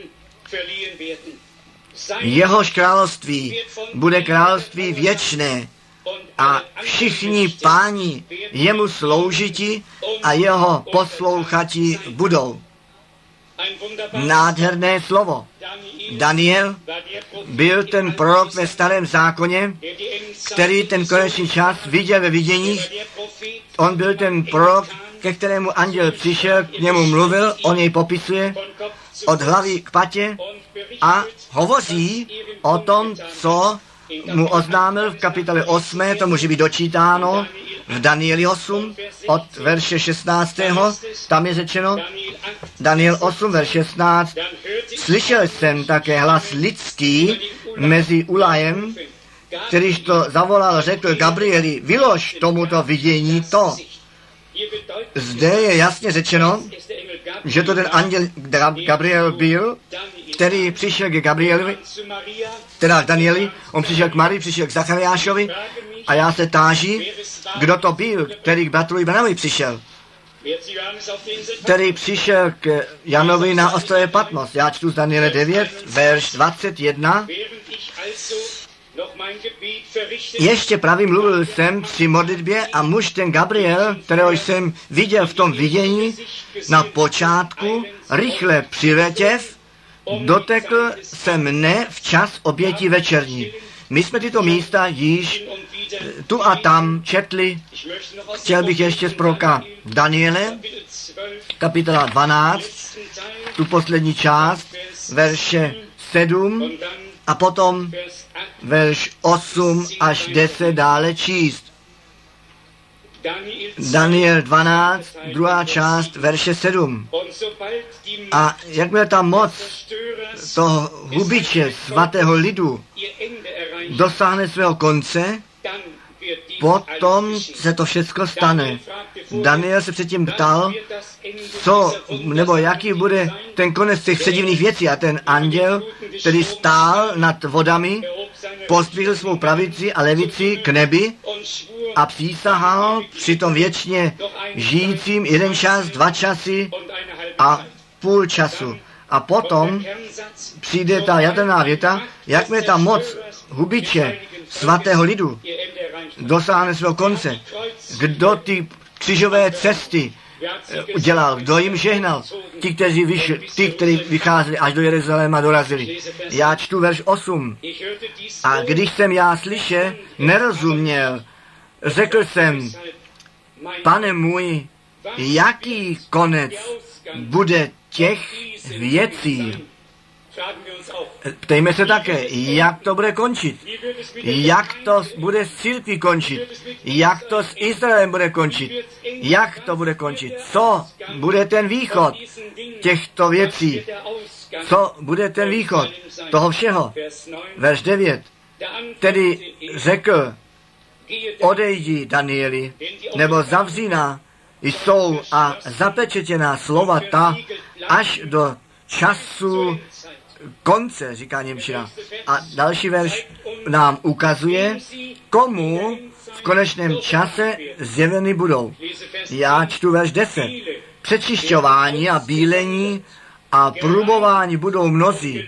Jehož království bude království věčné a všichni páni jemu sloužiti a jeho poslouchati budou. Nádherné slovo. Daniel byl ten prorok ve Starém zákoně, který ten konečný čas viděl ve viděních. On byl ten prorok, ke kterému anděl přišel, k němu mluvil, on jej popisuje od hlavy k patě a hovoří o tom, co mu oznámil v kapitole 8, to může být dočítáno v Danieli 8 od verše 16. Tam je řečeno, Daniel 8, verš 16, slyšel jsem také hlas lidský mezi Ulajem, kterýž to zavolal, řekl Gabrieli, vylož tomuto vidění to. Zde je jasně řečeno, že to ten anděl Gabriel byl, který přišel k Gabrielovi, teda k Danieli, on přišel k Marii, přišel k Zachariášovi a já se táží, kdo to byl, který k bratru Ibranovi přišel, který přišel k Janovi na ostrově Patmos. Já čtu z Daniele 9, verš 21. Ještě pravý mluvil jsem při modlitbě a muž ten Gabriel, kterého jsem viděl v tom vidění na počátku, rychle přiletěv, dotekl se mne včas oběti večerní. My jsme tyto místa již tu a tam četli. Chtěl bych ještě z proroka Daniele, kapitola 12, tu poslední část, verše 7 a potom verš 8 až 10 dále číst. Daniel 12, druhá část, verše 7. A jakmile ta moc toho hubiče svatého lidu dosáhne svého konce, potom se to všechno stane. Daniel se předtím ptal, co, nebo jaký bude ten konec těch předivných věcí. A ten anděl, který stál nad vodami, pozdvihl svou pravici a levici k nebi a přísahal při tom věčně žijícím 1 čas, 2 časy a půl času. A potom přijde ta jaderná věta, jakmile ta moc hubiče svatého lidu dosáhne svého konce. Kdo ty křižové cesty udělal, kdo jim žehnal? Ti, kteří vycházeli až do Jeruzaléma, dorazili. Já čtu verš 8. A když jsem já slyšel, nerozuměl, řekl jsem, Pane můj, jaký konec bude těch věcí? Ptejme se také, jak to bude končit, jak to bude s církví končit, jak to s Izraelem bude končit, jak to bude končit, co bude ten východ těchto věcí, co bude ten východ toho všeho. Verš 9. Tedy řekl, odejdi, Danieli, nebo zavřína jsou a zapečetěná slova ta až do času konce, říká němčina. A další verš nám ukazuje, komu v konečném čase zjeveny budou. Já čtu verš 10. Přečišťování a bílení a průbování budou mnozí.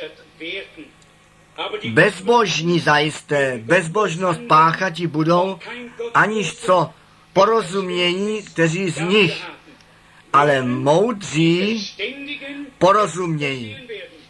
Bezbožní zajisté, bezbožnost páchati budou, aniž co porozumění, kteří z nich, ale moudří porozumějí.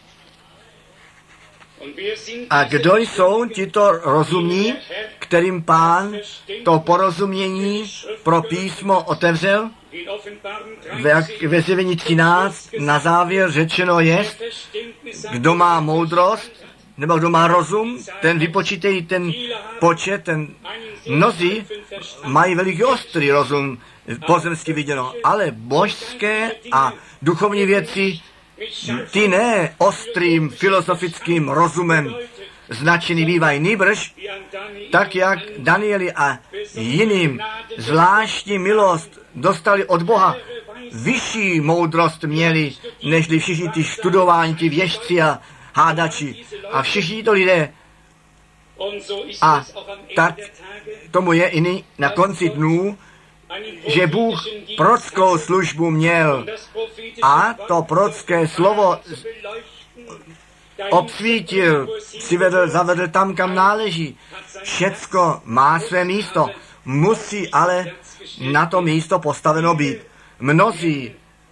A kdo jsou tito rozumní, kterým Pán to porozumění pro písmo otevřel? Ve Zjevení 13 na závěr řečeno je, kdo má moudrost, nebo kdo má rozum, ten vypočítej ten počet, ten mnozí mají veliký ostrý rozum, pozemsky viděno, ale božské a duchovní věci, ty ne ostrým filozofickým rozumem značený bývají, nýbrž, tak jak Danieli a jiným zvláštní milost dostali od Boha, vyšší moudrost měli, nežli všichni ty studování, ty věštci a hádači a všichni to lidé. A tak tomu je i na konci dnů, že Bůh prorockou službu měl a to prorocké slovo obsvítil, zavedl tam, kam náleží. Všecko má své místo, musí ale na to místo postaveno být. Mnozí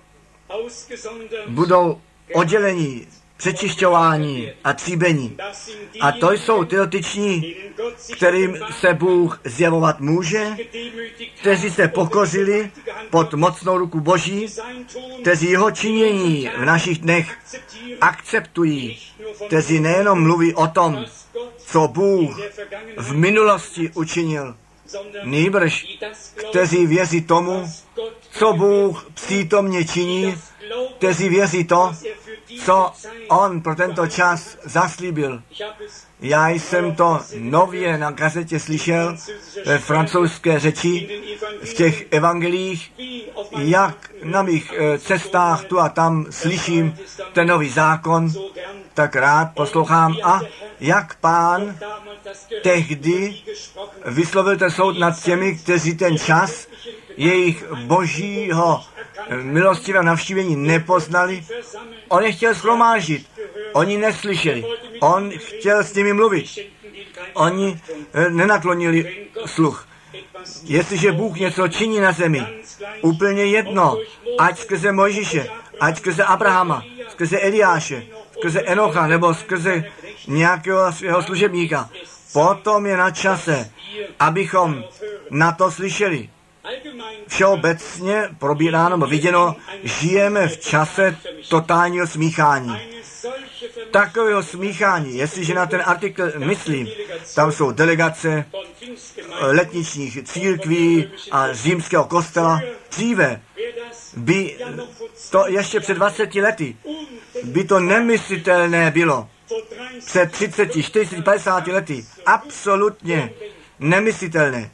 budou oddělení, přečišťování a tříbení. A to jsou ty dotyční, kterým se Bůh zjevovat může, kteří se pokořili pod mocnou ruku Boží, kteří jeho činění v našich dnech akceptují, kteří nejenom mluví o tom, co Bůh v minulosti učinil, nýbrž kteří věří tomu, co Bůh přítomně činí, kteří věří to, co on pro tento čas zaslíbil. Já jsem to nově na kazetě slyšel ve francouzské řeči, v těch evangelích, jak na mých cestách tu a tam slyším ten nový zákon, tak rád poslouchám a jak Pán tehdy vyslovil ten soud nad těmi, kteří ten čas jejich božího milostivého navštívení nepoznali. On je chtěl shromáždit, oni neslyšeli, on chtěl s nimi mluvit, oni nenaklonili sluch. Jestliže Bůh něco činí na zemi, úplně jedno, ať skrze Mojžíše, ať skrze Abrahama, skrze Eliáše, skrze Enocha nebo skrze nějakého svého služebníka, potom je na čase, abychom na to slyšeli. Všeobecně probíráno nebo viděno, žijeme v čase totálního smíchání. Takového smíchání, jestliže na ten artikl myslím, tam jsou delegace letničních církví a římského kostela. Dříve by to ještě před 20 lety by to nemyslitelné bylo. Před 30, 40, 50 lety. Absolutně nemyslitelné.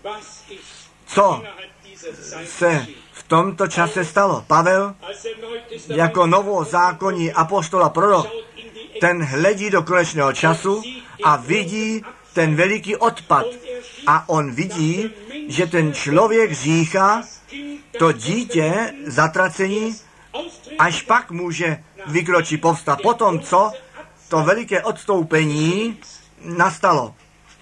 Co se v tomto čase stalo? Pavel, jako novozákonní apoštol a prorok, ten hledí do konečného času a vidí ten veliký odpad. A on vidí, že ten člověk říká, to dítě zatracení, až pak může vykročit, povstat. Potom, co to veliké odstoupení nastalo.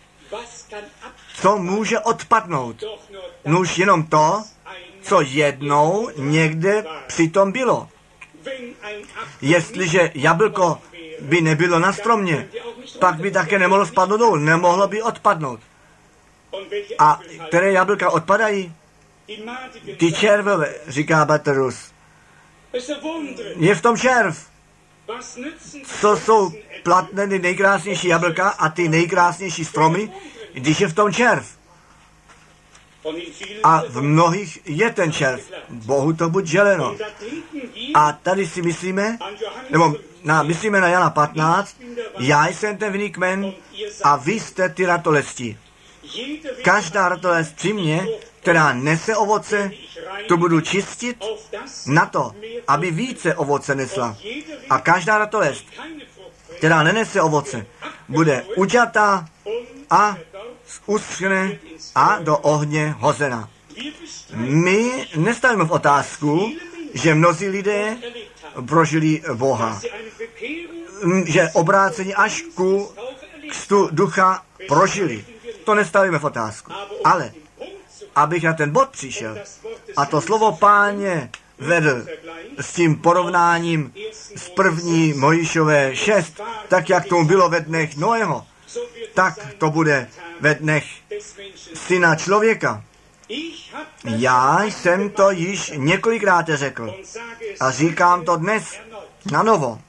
Co může odpadnout? Nuž jenom to, co jednou někde přitom bylo. Jestliže jablko by nebylo na stromě, pak by také nemohlo spadnout dolů, nemohlo by odpadnout. A které jablka odpadají? Ty červové, říká Baterus. Je v tom červ. Co jsou platné ty nejkrásnější jablka a ty nejkrásnější stromy, když je v tom červ. A v mnohých je ten červ. Bohu to buď želeno. A tady si myslíme, nebo myslíme na Jana 15, já jsem ten vinný kmen a vy jste ty ratolesti. Každá ratolest při mně, která nese ovoce, tu budu čistit na to, aby více ovoce nesla. A každá ratolest, která nenese ovoce, bude uťatá a uschne a do ohně hozena. My nestavíme v otázku, že mnozí lidé prožili Boha, že obrácení až ku křtu ducha prožili. To nestavíme v otázku. Ale abych na ten bod přišel a to slovo Páně vedl s tím porovnáním z 1. Mojžíšové 6, tak jak tomu bylo ve dnech Noého, tak to bude ve dnech Syna člověka. Já jsem to již několikrát řekl a říkám to dnes na novo.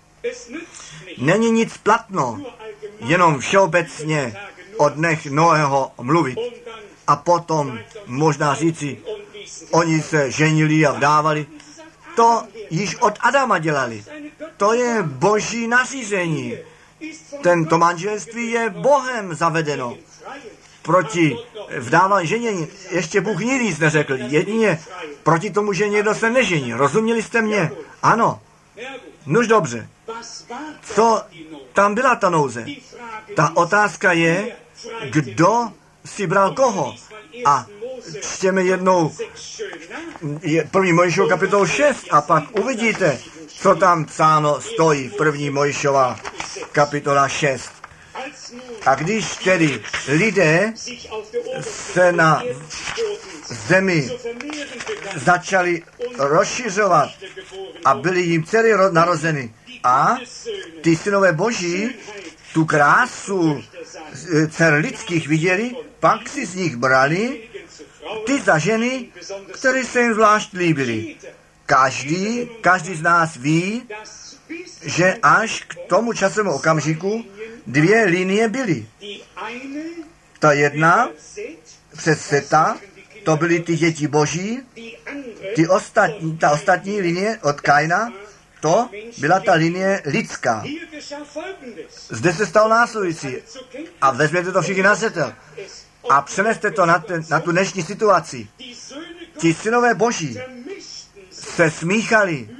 Není nic platno, jenom všeobecně o dnech Noého mluvit. A potom možná říci, oni se ženili a vdávali. To již od Adama dělali. To je boží nařízení. Tento manželství je Bohem zavedeno. Proti vdávání ženění ještě Bůh nic neřekl. Jedině proti tomu, že někdo se nežení. Rozuměli jste mě? Ano. Nož dobře. Co tam byla ta nouze? Ta otázka je, kdo si bral koho? A čtěme jednou 1. Mojžíšova kapitolu 6 a pak uvidíte, co tam psáno stojí. 1. Mojžíšova kapitola 6. A když tedy lidé se na zemi začali rozšiřovat a byli jim dcery narozeny a ty synové boží tu krásu dcer lidských viděli, pak si z nich brali ty za ženy, které se jim zvlášť líbily. Každý z nás ví, že až k tomu časovému okamžiku 2 linie byly. Ta jedna přes Seta, to byly ty děti boží, ta ostatní linie od Kaina, to byla ta linie lidská. Zde se stalo následující a vezměte to všichni na zřetel a přeneste to na tu dnešní situaci. Ti synové boží se smíchali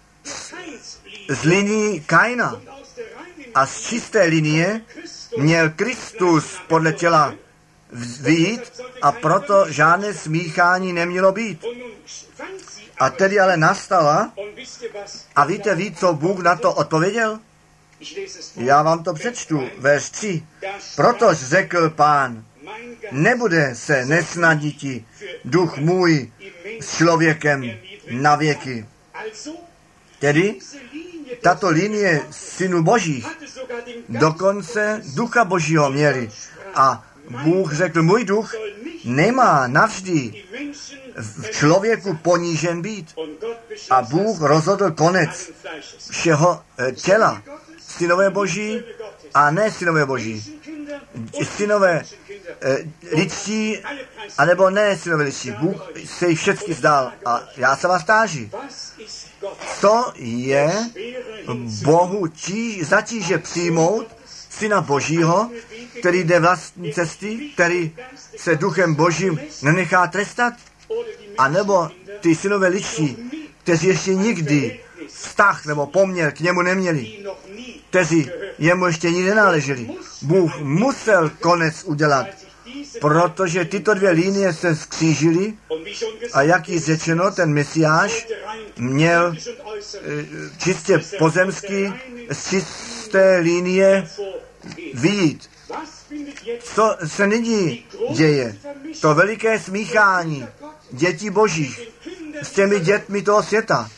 z linií Kaina a z čisté linie měl Kristus podle těla vyjít a proto žádné smíchání nemělo být. A tedy ale nastala a víte, co Bůh na to odpověděl? Já vám to přečtu, verš 3. Protož řekl Pán, nebude se nesnaditi duch můj s člověkem na věky. Tedy tato linie synů božích dokonce ducha božího měli. A Bůh řekl, můj duch nemá navždy v člověku ponížen být. A Bůh rozhodl konec všeho těla. Synové boží a ne synové boží. Synové lidští, anebo ne synové lidští. Bůh se jich všechny zdál. A já se vás táži. Co je Bohu zatíže přijmout syna božího, který jde vlastní cesty, který se duchem božím nenechá trestat? A nebo ty synové lidští, kteří ještě nikdy vztah nebo poměr k němu neměli, kteří jemu ještě nikdy nenáleželi. Bůh musel konec udělat, protože tyto 2 linie se skřížily a jak již řečeno, ten Mesiáš měl čistě pozemský z čisté linie vyjít. Co se nyní děje? To veliké smíchání dětí božích s těmi dětmi toho světa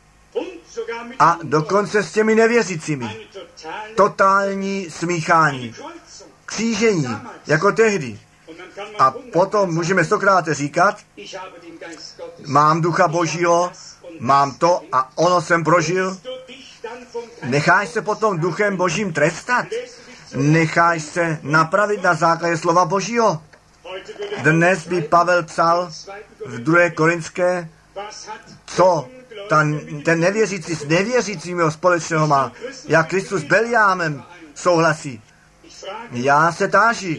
a dokonce s těmi nevěřícími. Totální smíchání. Křížení, jako tehdy. A potom můžeme stokrát říkat, mám ducha božího, mám to a ono jsem prožil. Necháš se potom duchem božím trestat? Necháš se napravit na základě slova božího? Dnes by Pavel psal v 2. Korinské, co ten nevěřící s nevěřícími společného má, jak Kristus s Beliámem souhlasí. Já se táži,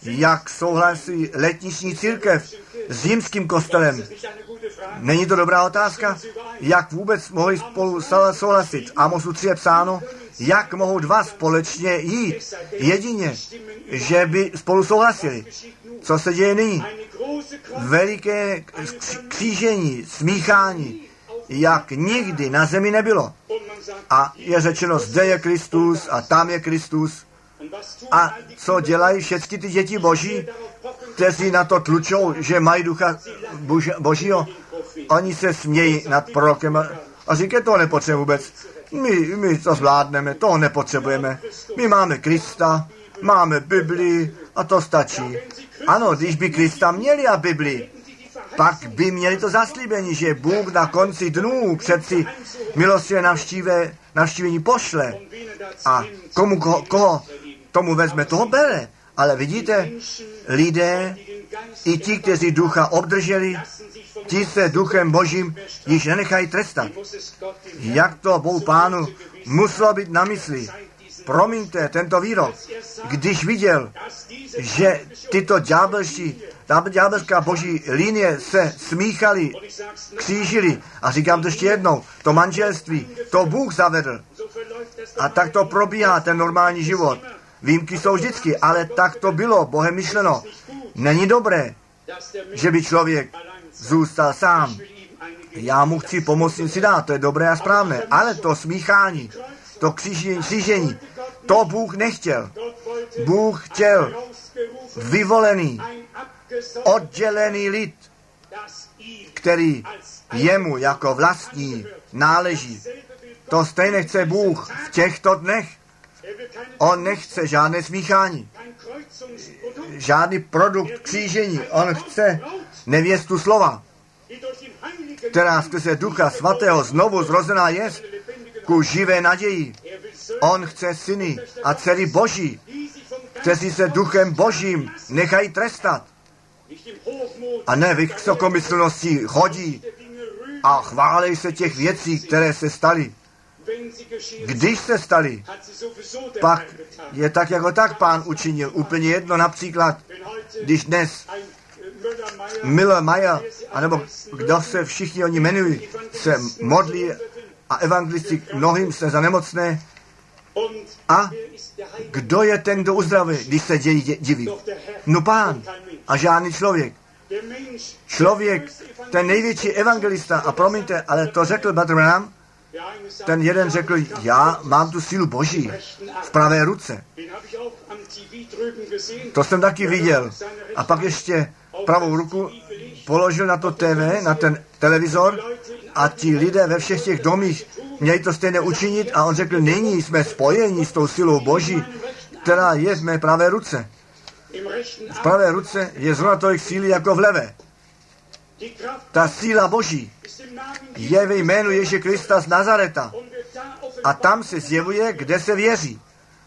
Jak souhlasí letniční církev s římským kostelem? Není to dobrá otázka? Jak vůbec mohli spolu souhlasit? Amosu 3 je psáno, jak mohou dva společně jít? Jedině, že by spolu souhlasili. Co se děje nyní? Veliké křížení, smíchání, jak nikdy na zemi nebylo. A je řečeno, zde je Kristus a tam je Kristus. A co dělají všechny ty děti Boží, kteří na to tlučou, že mají ducha Božího? Oni se smějí nad prorokem a říkají, toho nepotřebujeme vůbec. My to zvládneme, toho nepotřebujeme. My máme Krista, máme Biblii a to stačí. Ano, když by Krista měli a Biblii, pak by měli to zaslíbení, že Bůh na konci dnů přeci milostivé navštívení pošle. A koho tomu vezme, toho bere. Ale vidíte, lidé, i ti, kteří ducha obdrželi, ti se duchem Božím již nenechají trestat. Jak to Bohu Pánu muselo být na mysli. Promiňte tento výrok, když viděl, že tyto ďábelská boží linie se smíchaly, křížily. A říkám to ještě jednou, to manželství, to Bůh zavedl. A tak to probíhá ten normální život. Výjimky jsou vždycky, ale tak to bylo Bohem myšleno. Není dobré, že by člověk zůstal sám. Já mu chci pomoct si dát, to je dobré a správné, ale to smíchání, to křížení, to Bůh nechtěl. Bůh chtěl vyvolený, oddělený lid, který jemu jako vlastní náleží. To stejně chce Bůh v těchto dnech. On nechce žádné smíchání, žádný produkt křížení. On chce nevěstu slova, která skrze Ducha Svatého znovu zrozená je ku živé naději. On chce syny a dcery Boží, kteří se Duchem Božím nechají trestat. A ne vysokomyslností chodí a chválí se těch věcí, které se staly. Když se staly, pak je tak jako tak Pán učinil. Úplně jedno, například, když dnes Miller Meyer, anebo kdo se všichni oni jmenují, se modlí a evangelisti mnohým se za nemocné. A kdo je ten, kdo uzdraví, když se diví? No Pán a žádný člověk. Člověk, ten největší evangelista, a promiňte, ale to řekl Brother Branham, ten jeden řekl, já mám tu sílu Boží v pravé ruce. To jsem taky viděl. A pak ještě pravou ruku položil na to TV, na ten televizor a ti lidé ve všech těch domích měli to stejně učinit a on řekl, nyní jsme spojeni s tou silou Boží, která je v mé pravé ruce. V pravé ruce je zrovna tolik síly jako v levé. Ta síla Boží je ve jménu Ježíše Krista z Nazareta a tam se zjevuje, kde se věří.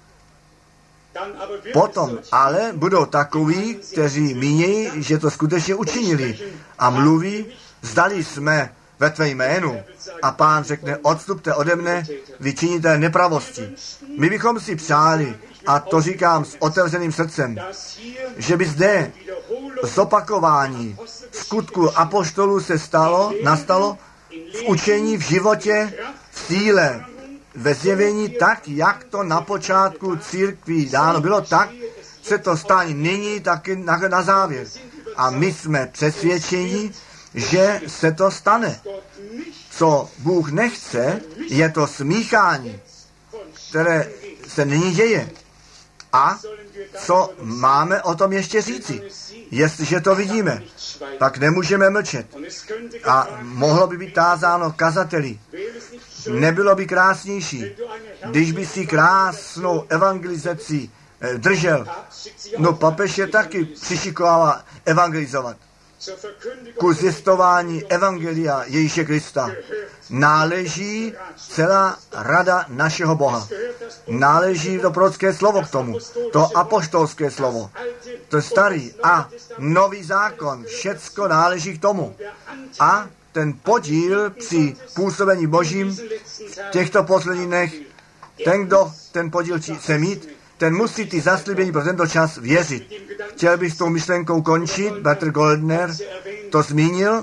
Potom ale budou takoví, kteří mínějí, že to skutečně učinili a mluví, zdali jsme ve tvé jménu. A Pán řekne, odstupte ode mne, vy činitel nepravosti. My bychom si přáli, a to říkám s otevřeným srdcem, že by zde zopakování skutku apoštolů se nastalo v učení, v životě, v síle, ve zjevení tak, jak to na počátku církví dáno bylo, tak se to stane nyní taky na závěr. A my jsme přesvědčeni, že se to stane. Co Bůh nechce, je to smíchání, které se nyní děje. A co máme o tom ještě říci? Jestliže to vidíme, pak nemůžeme mlčet. A mohlo by být tázáno kazateli. Nebylo by krásnější, když by si krásnou evangelizaci držel. No papež je taky přišikovává evangelizovat. Ku zjistování evangelia Ježíše Krista náleží celá rada našeho Boha. Náleží to prorocké slovo k tomu, to apoštolské slovo, to starý a nový zákon, všecko náleží k tomu. A ten podíl při působení Božím v těchto posledních dnech, ten, kdo ten podíl chce mít, ten musí ty zaslíbení pro tento čas věřit. Chtěl bych s tou myšlenkou končit. Bratr Goldner to zmínil.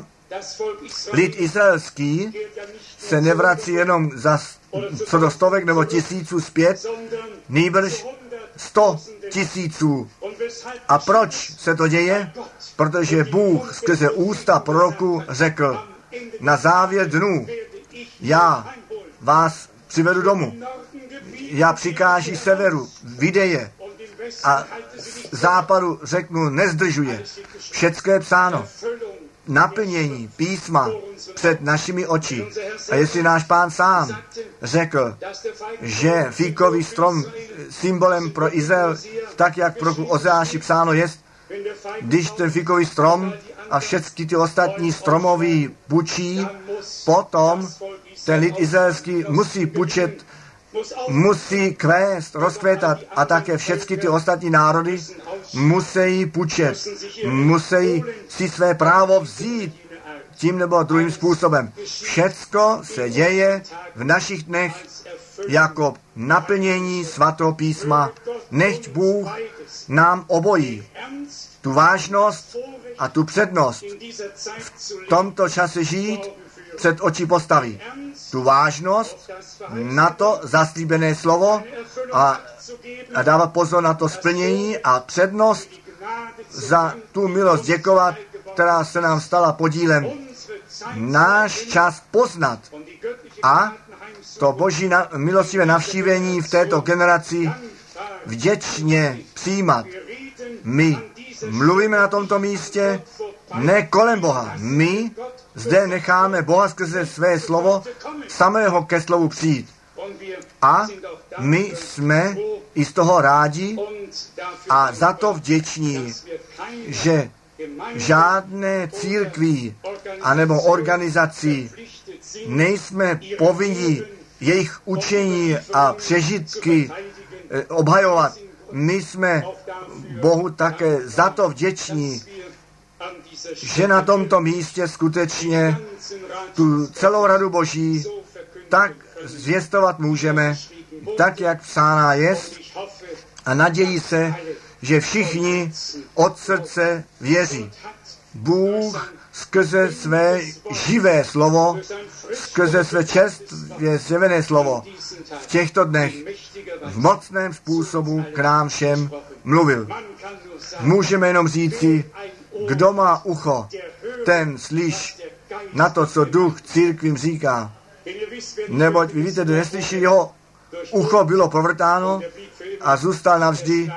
Lid izraelský se nevrací jenom co do stovek nebo tisíců zpět, nýbrž 100 000. A proč se to děje? Protože Bůh skrze ústa proroku řekl, na závěr dnů já vás přivedu domů. Já přikáží severu, vydeje a západu řeknu, nezdržuje. Všecko je psáno. Naplnění písma před našimi oči. A jestli náš Pán sám řekl, že fíkový strom symbolem pro Izrael, tak jak pro Ozeáši psáno jest, když ten fíkový strom a všechny ty ostatní stromoví bučí, potom ten lid izraelský musí pučet, musí kvést, rozkvétat a také všechny ty ostatní národy musí pučet, musí si své právo vzít tím nebo druhým způsobem. Všecko se děje v našich dnech jako naplnění svatého písma. Nechť Bůh nám obojí tu vážnost a tu přednost v tomto čase žít před oči postaví. Tu vážnost na to zaslíbené slovo a dávat pozor na to splnění a přednost za tu milost děkovat, která se nám stala podílem. Náš čas poznat a to boží milostivé navštívení v této generaci vděčně přijímat. My mluvíme na tomto místě ne kolem Boha. My zde necháme Boha skrze své slovo samého ke slovu přijít. A my jsme i z toho rádi a za to vděční, že žádné církví anebo organizací nejsme povinni jejich učení a přežitky obhajovat. My jsme Bohu také za to vděční, že na tomto místě skutečně tu celou radu Boží tak zvěstovat můžeme, tak jak psána jest, a nadějí se, že všichni od srdce věří. Bůh skrze své živé slovo, skrze své čerstvě zjevené slovo v těchto dnech v mocném způsobu k nám všem mluvil. Můžeme jenom říci, kdo má ucho, ten slyš na to, co duch církvím říká. Neboť vy víte, kdo neslyší, jeho ucho bylo povrtáno a zůstal navždy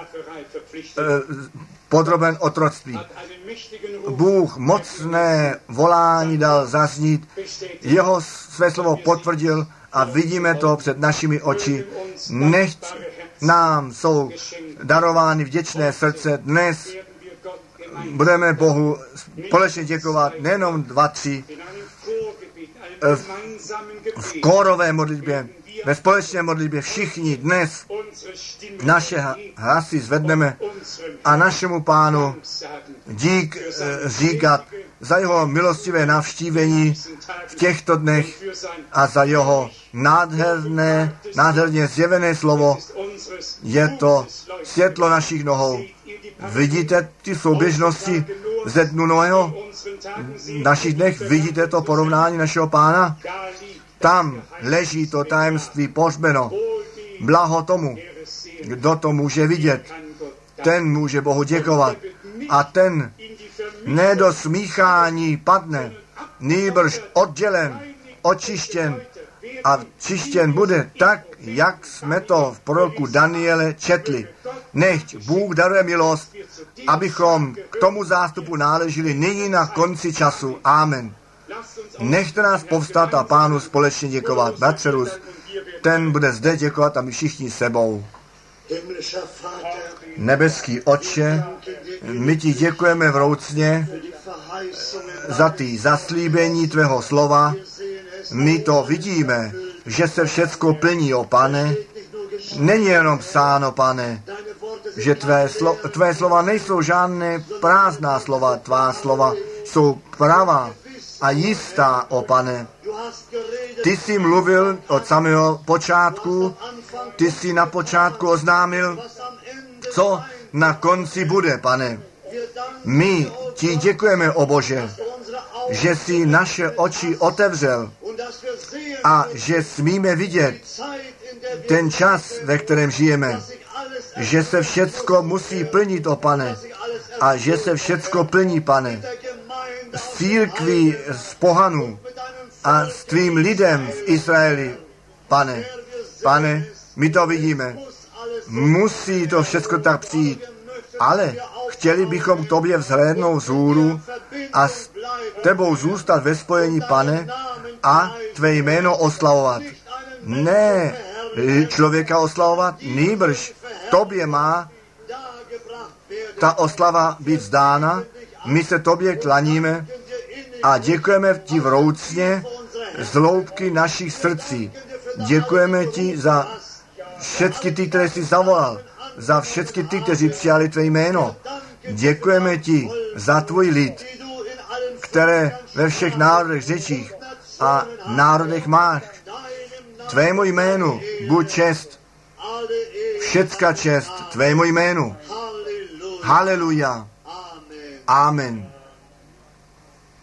podroben otroctví. Bůh mocné volání dal zaznít, jeho své slovo potvrdil a vidíme to před našimi oči. Nechť nám jsou darovány vděčné srdce. Dnes budeme Bohu společně děkovat, nejenom 2, 3, v kórové modlitbě, ve společné modlitbě všichni dnes naše hlasy zvedneme a našemu Pánu dík říkat za jeho milostivé navštívení v těchto dnech a za jeho nádherně zjevené slovo. Je to světlo našich nohou. Vidíte ty souběžnosti ze dnu Noého? V našich dnech vidíte to porovnání našeho Pána? Tam leží to tajemství pohřbeno. Blaho tomu, kdo to může vidět. Ten může Bohu děkovat. A ten ne do smíchání padne, nýbrž oddělen, očištěn a čištěn bude tak, jak jsme to v proroku Daniele četli. Nechť Bůh daruje milost, abychom k tomu zástupu náleželi nyní na konci času. Amen. Nechte nás povstat a Pánu společně děkovat. Bratře Rus, ten bude zde děkovat a my všichni sebou. Nebeský Otče, my ti děkujeme vroucně za ty zaslíbení tvého slova. My to vidíme, že se všecko plní, o Pane. Není jenom psáno, Pane, že tvé slova nejsou žádné prázdná slova, tvá slova jsou pravá a jistá, o Pane. Ty jsi mluvil od samého počátku, ty jsi na počátku oznámil, co na konci bude, Pane. My ti děkujeme, o Bože, že jsi naše oči otevřel a že smíme vidět ten čas, ve kterém žijeme, že se všecko musí plnit, o Pane, a že se všecko plní, Pane, s církví, s pohanů a s tvým lidem v Izraeli, Pane. Pane, my to vidíme. Musí to všecko tak přijít, ale chtěli bychom k tobě vzhlédnout vzhůru a s tebou zůstat ve spojení, Pane, a tvé jméno oslavovat. Ne člověka oslavovat, nýbrž tobě má ta oslava být vzdána. My se tobě klaníme a děkujeme ti vroucně z hloubky našich srdcí. Děkujeme ti za všechny ty, které jsi zavolal, za všechny ty, kteří přijali tvé jméno. Děkujeme ti za tvůj lid, které ve všech národech, řečích a národech máš. Tvému jménu buď čest, všecka čest tvému jménu. Haleluja. Amen.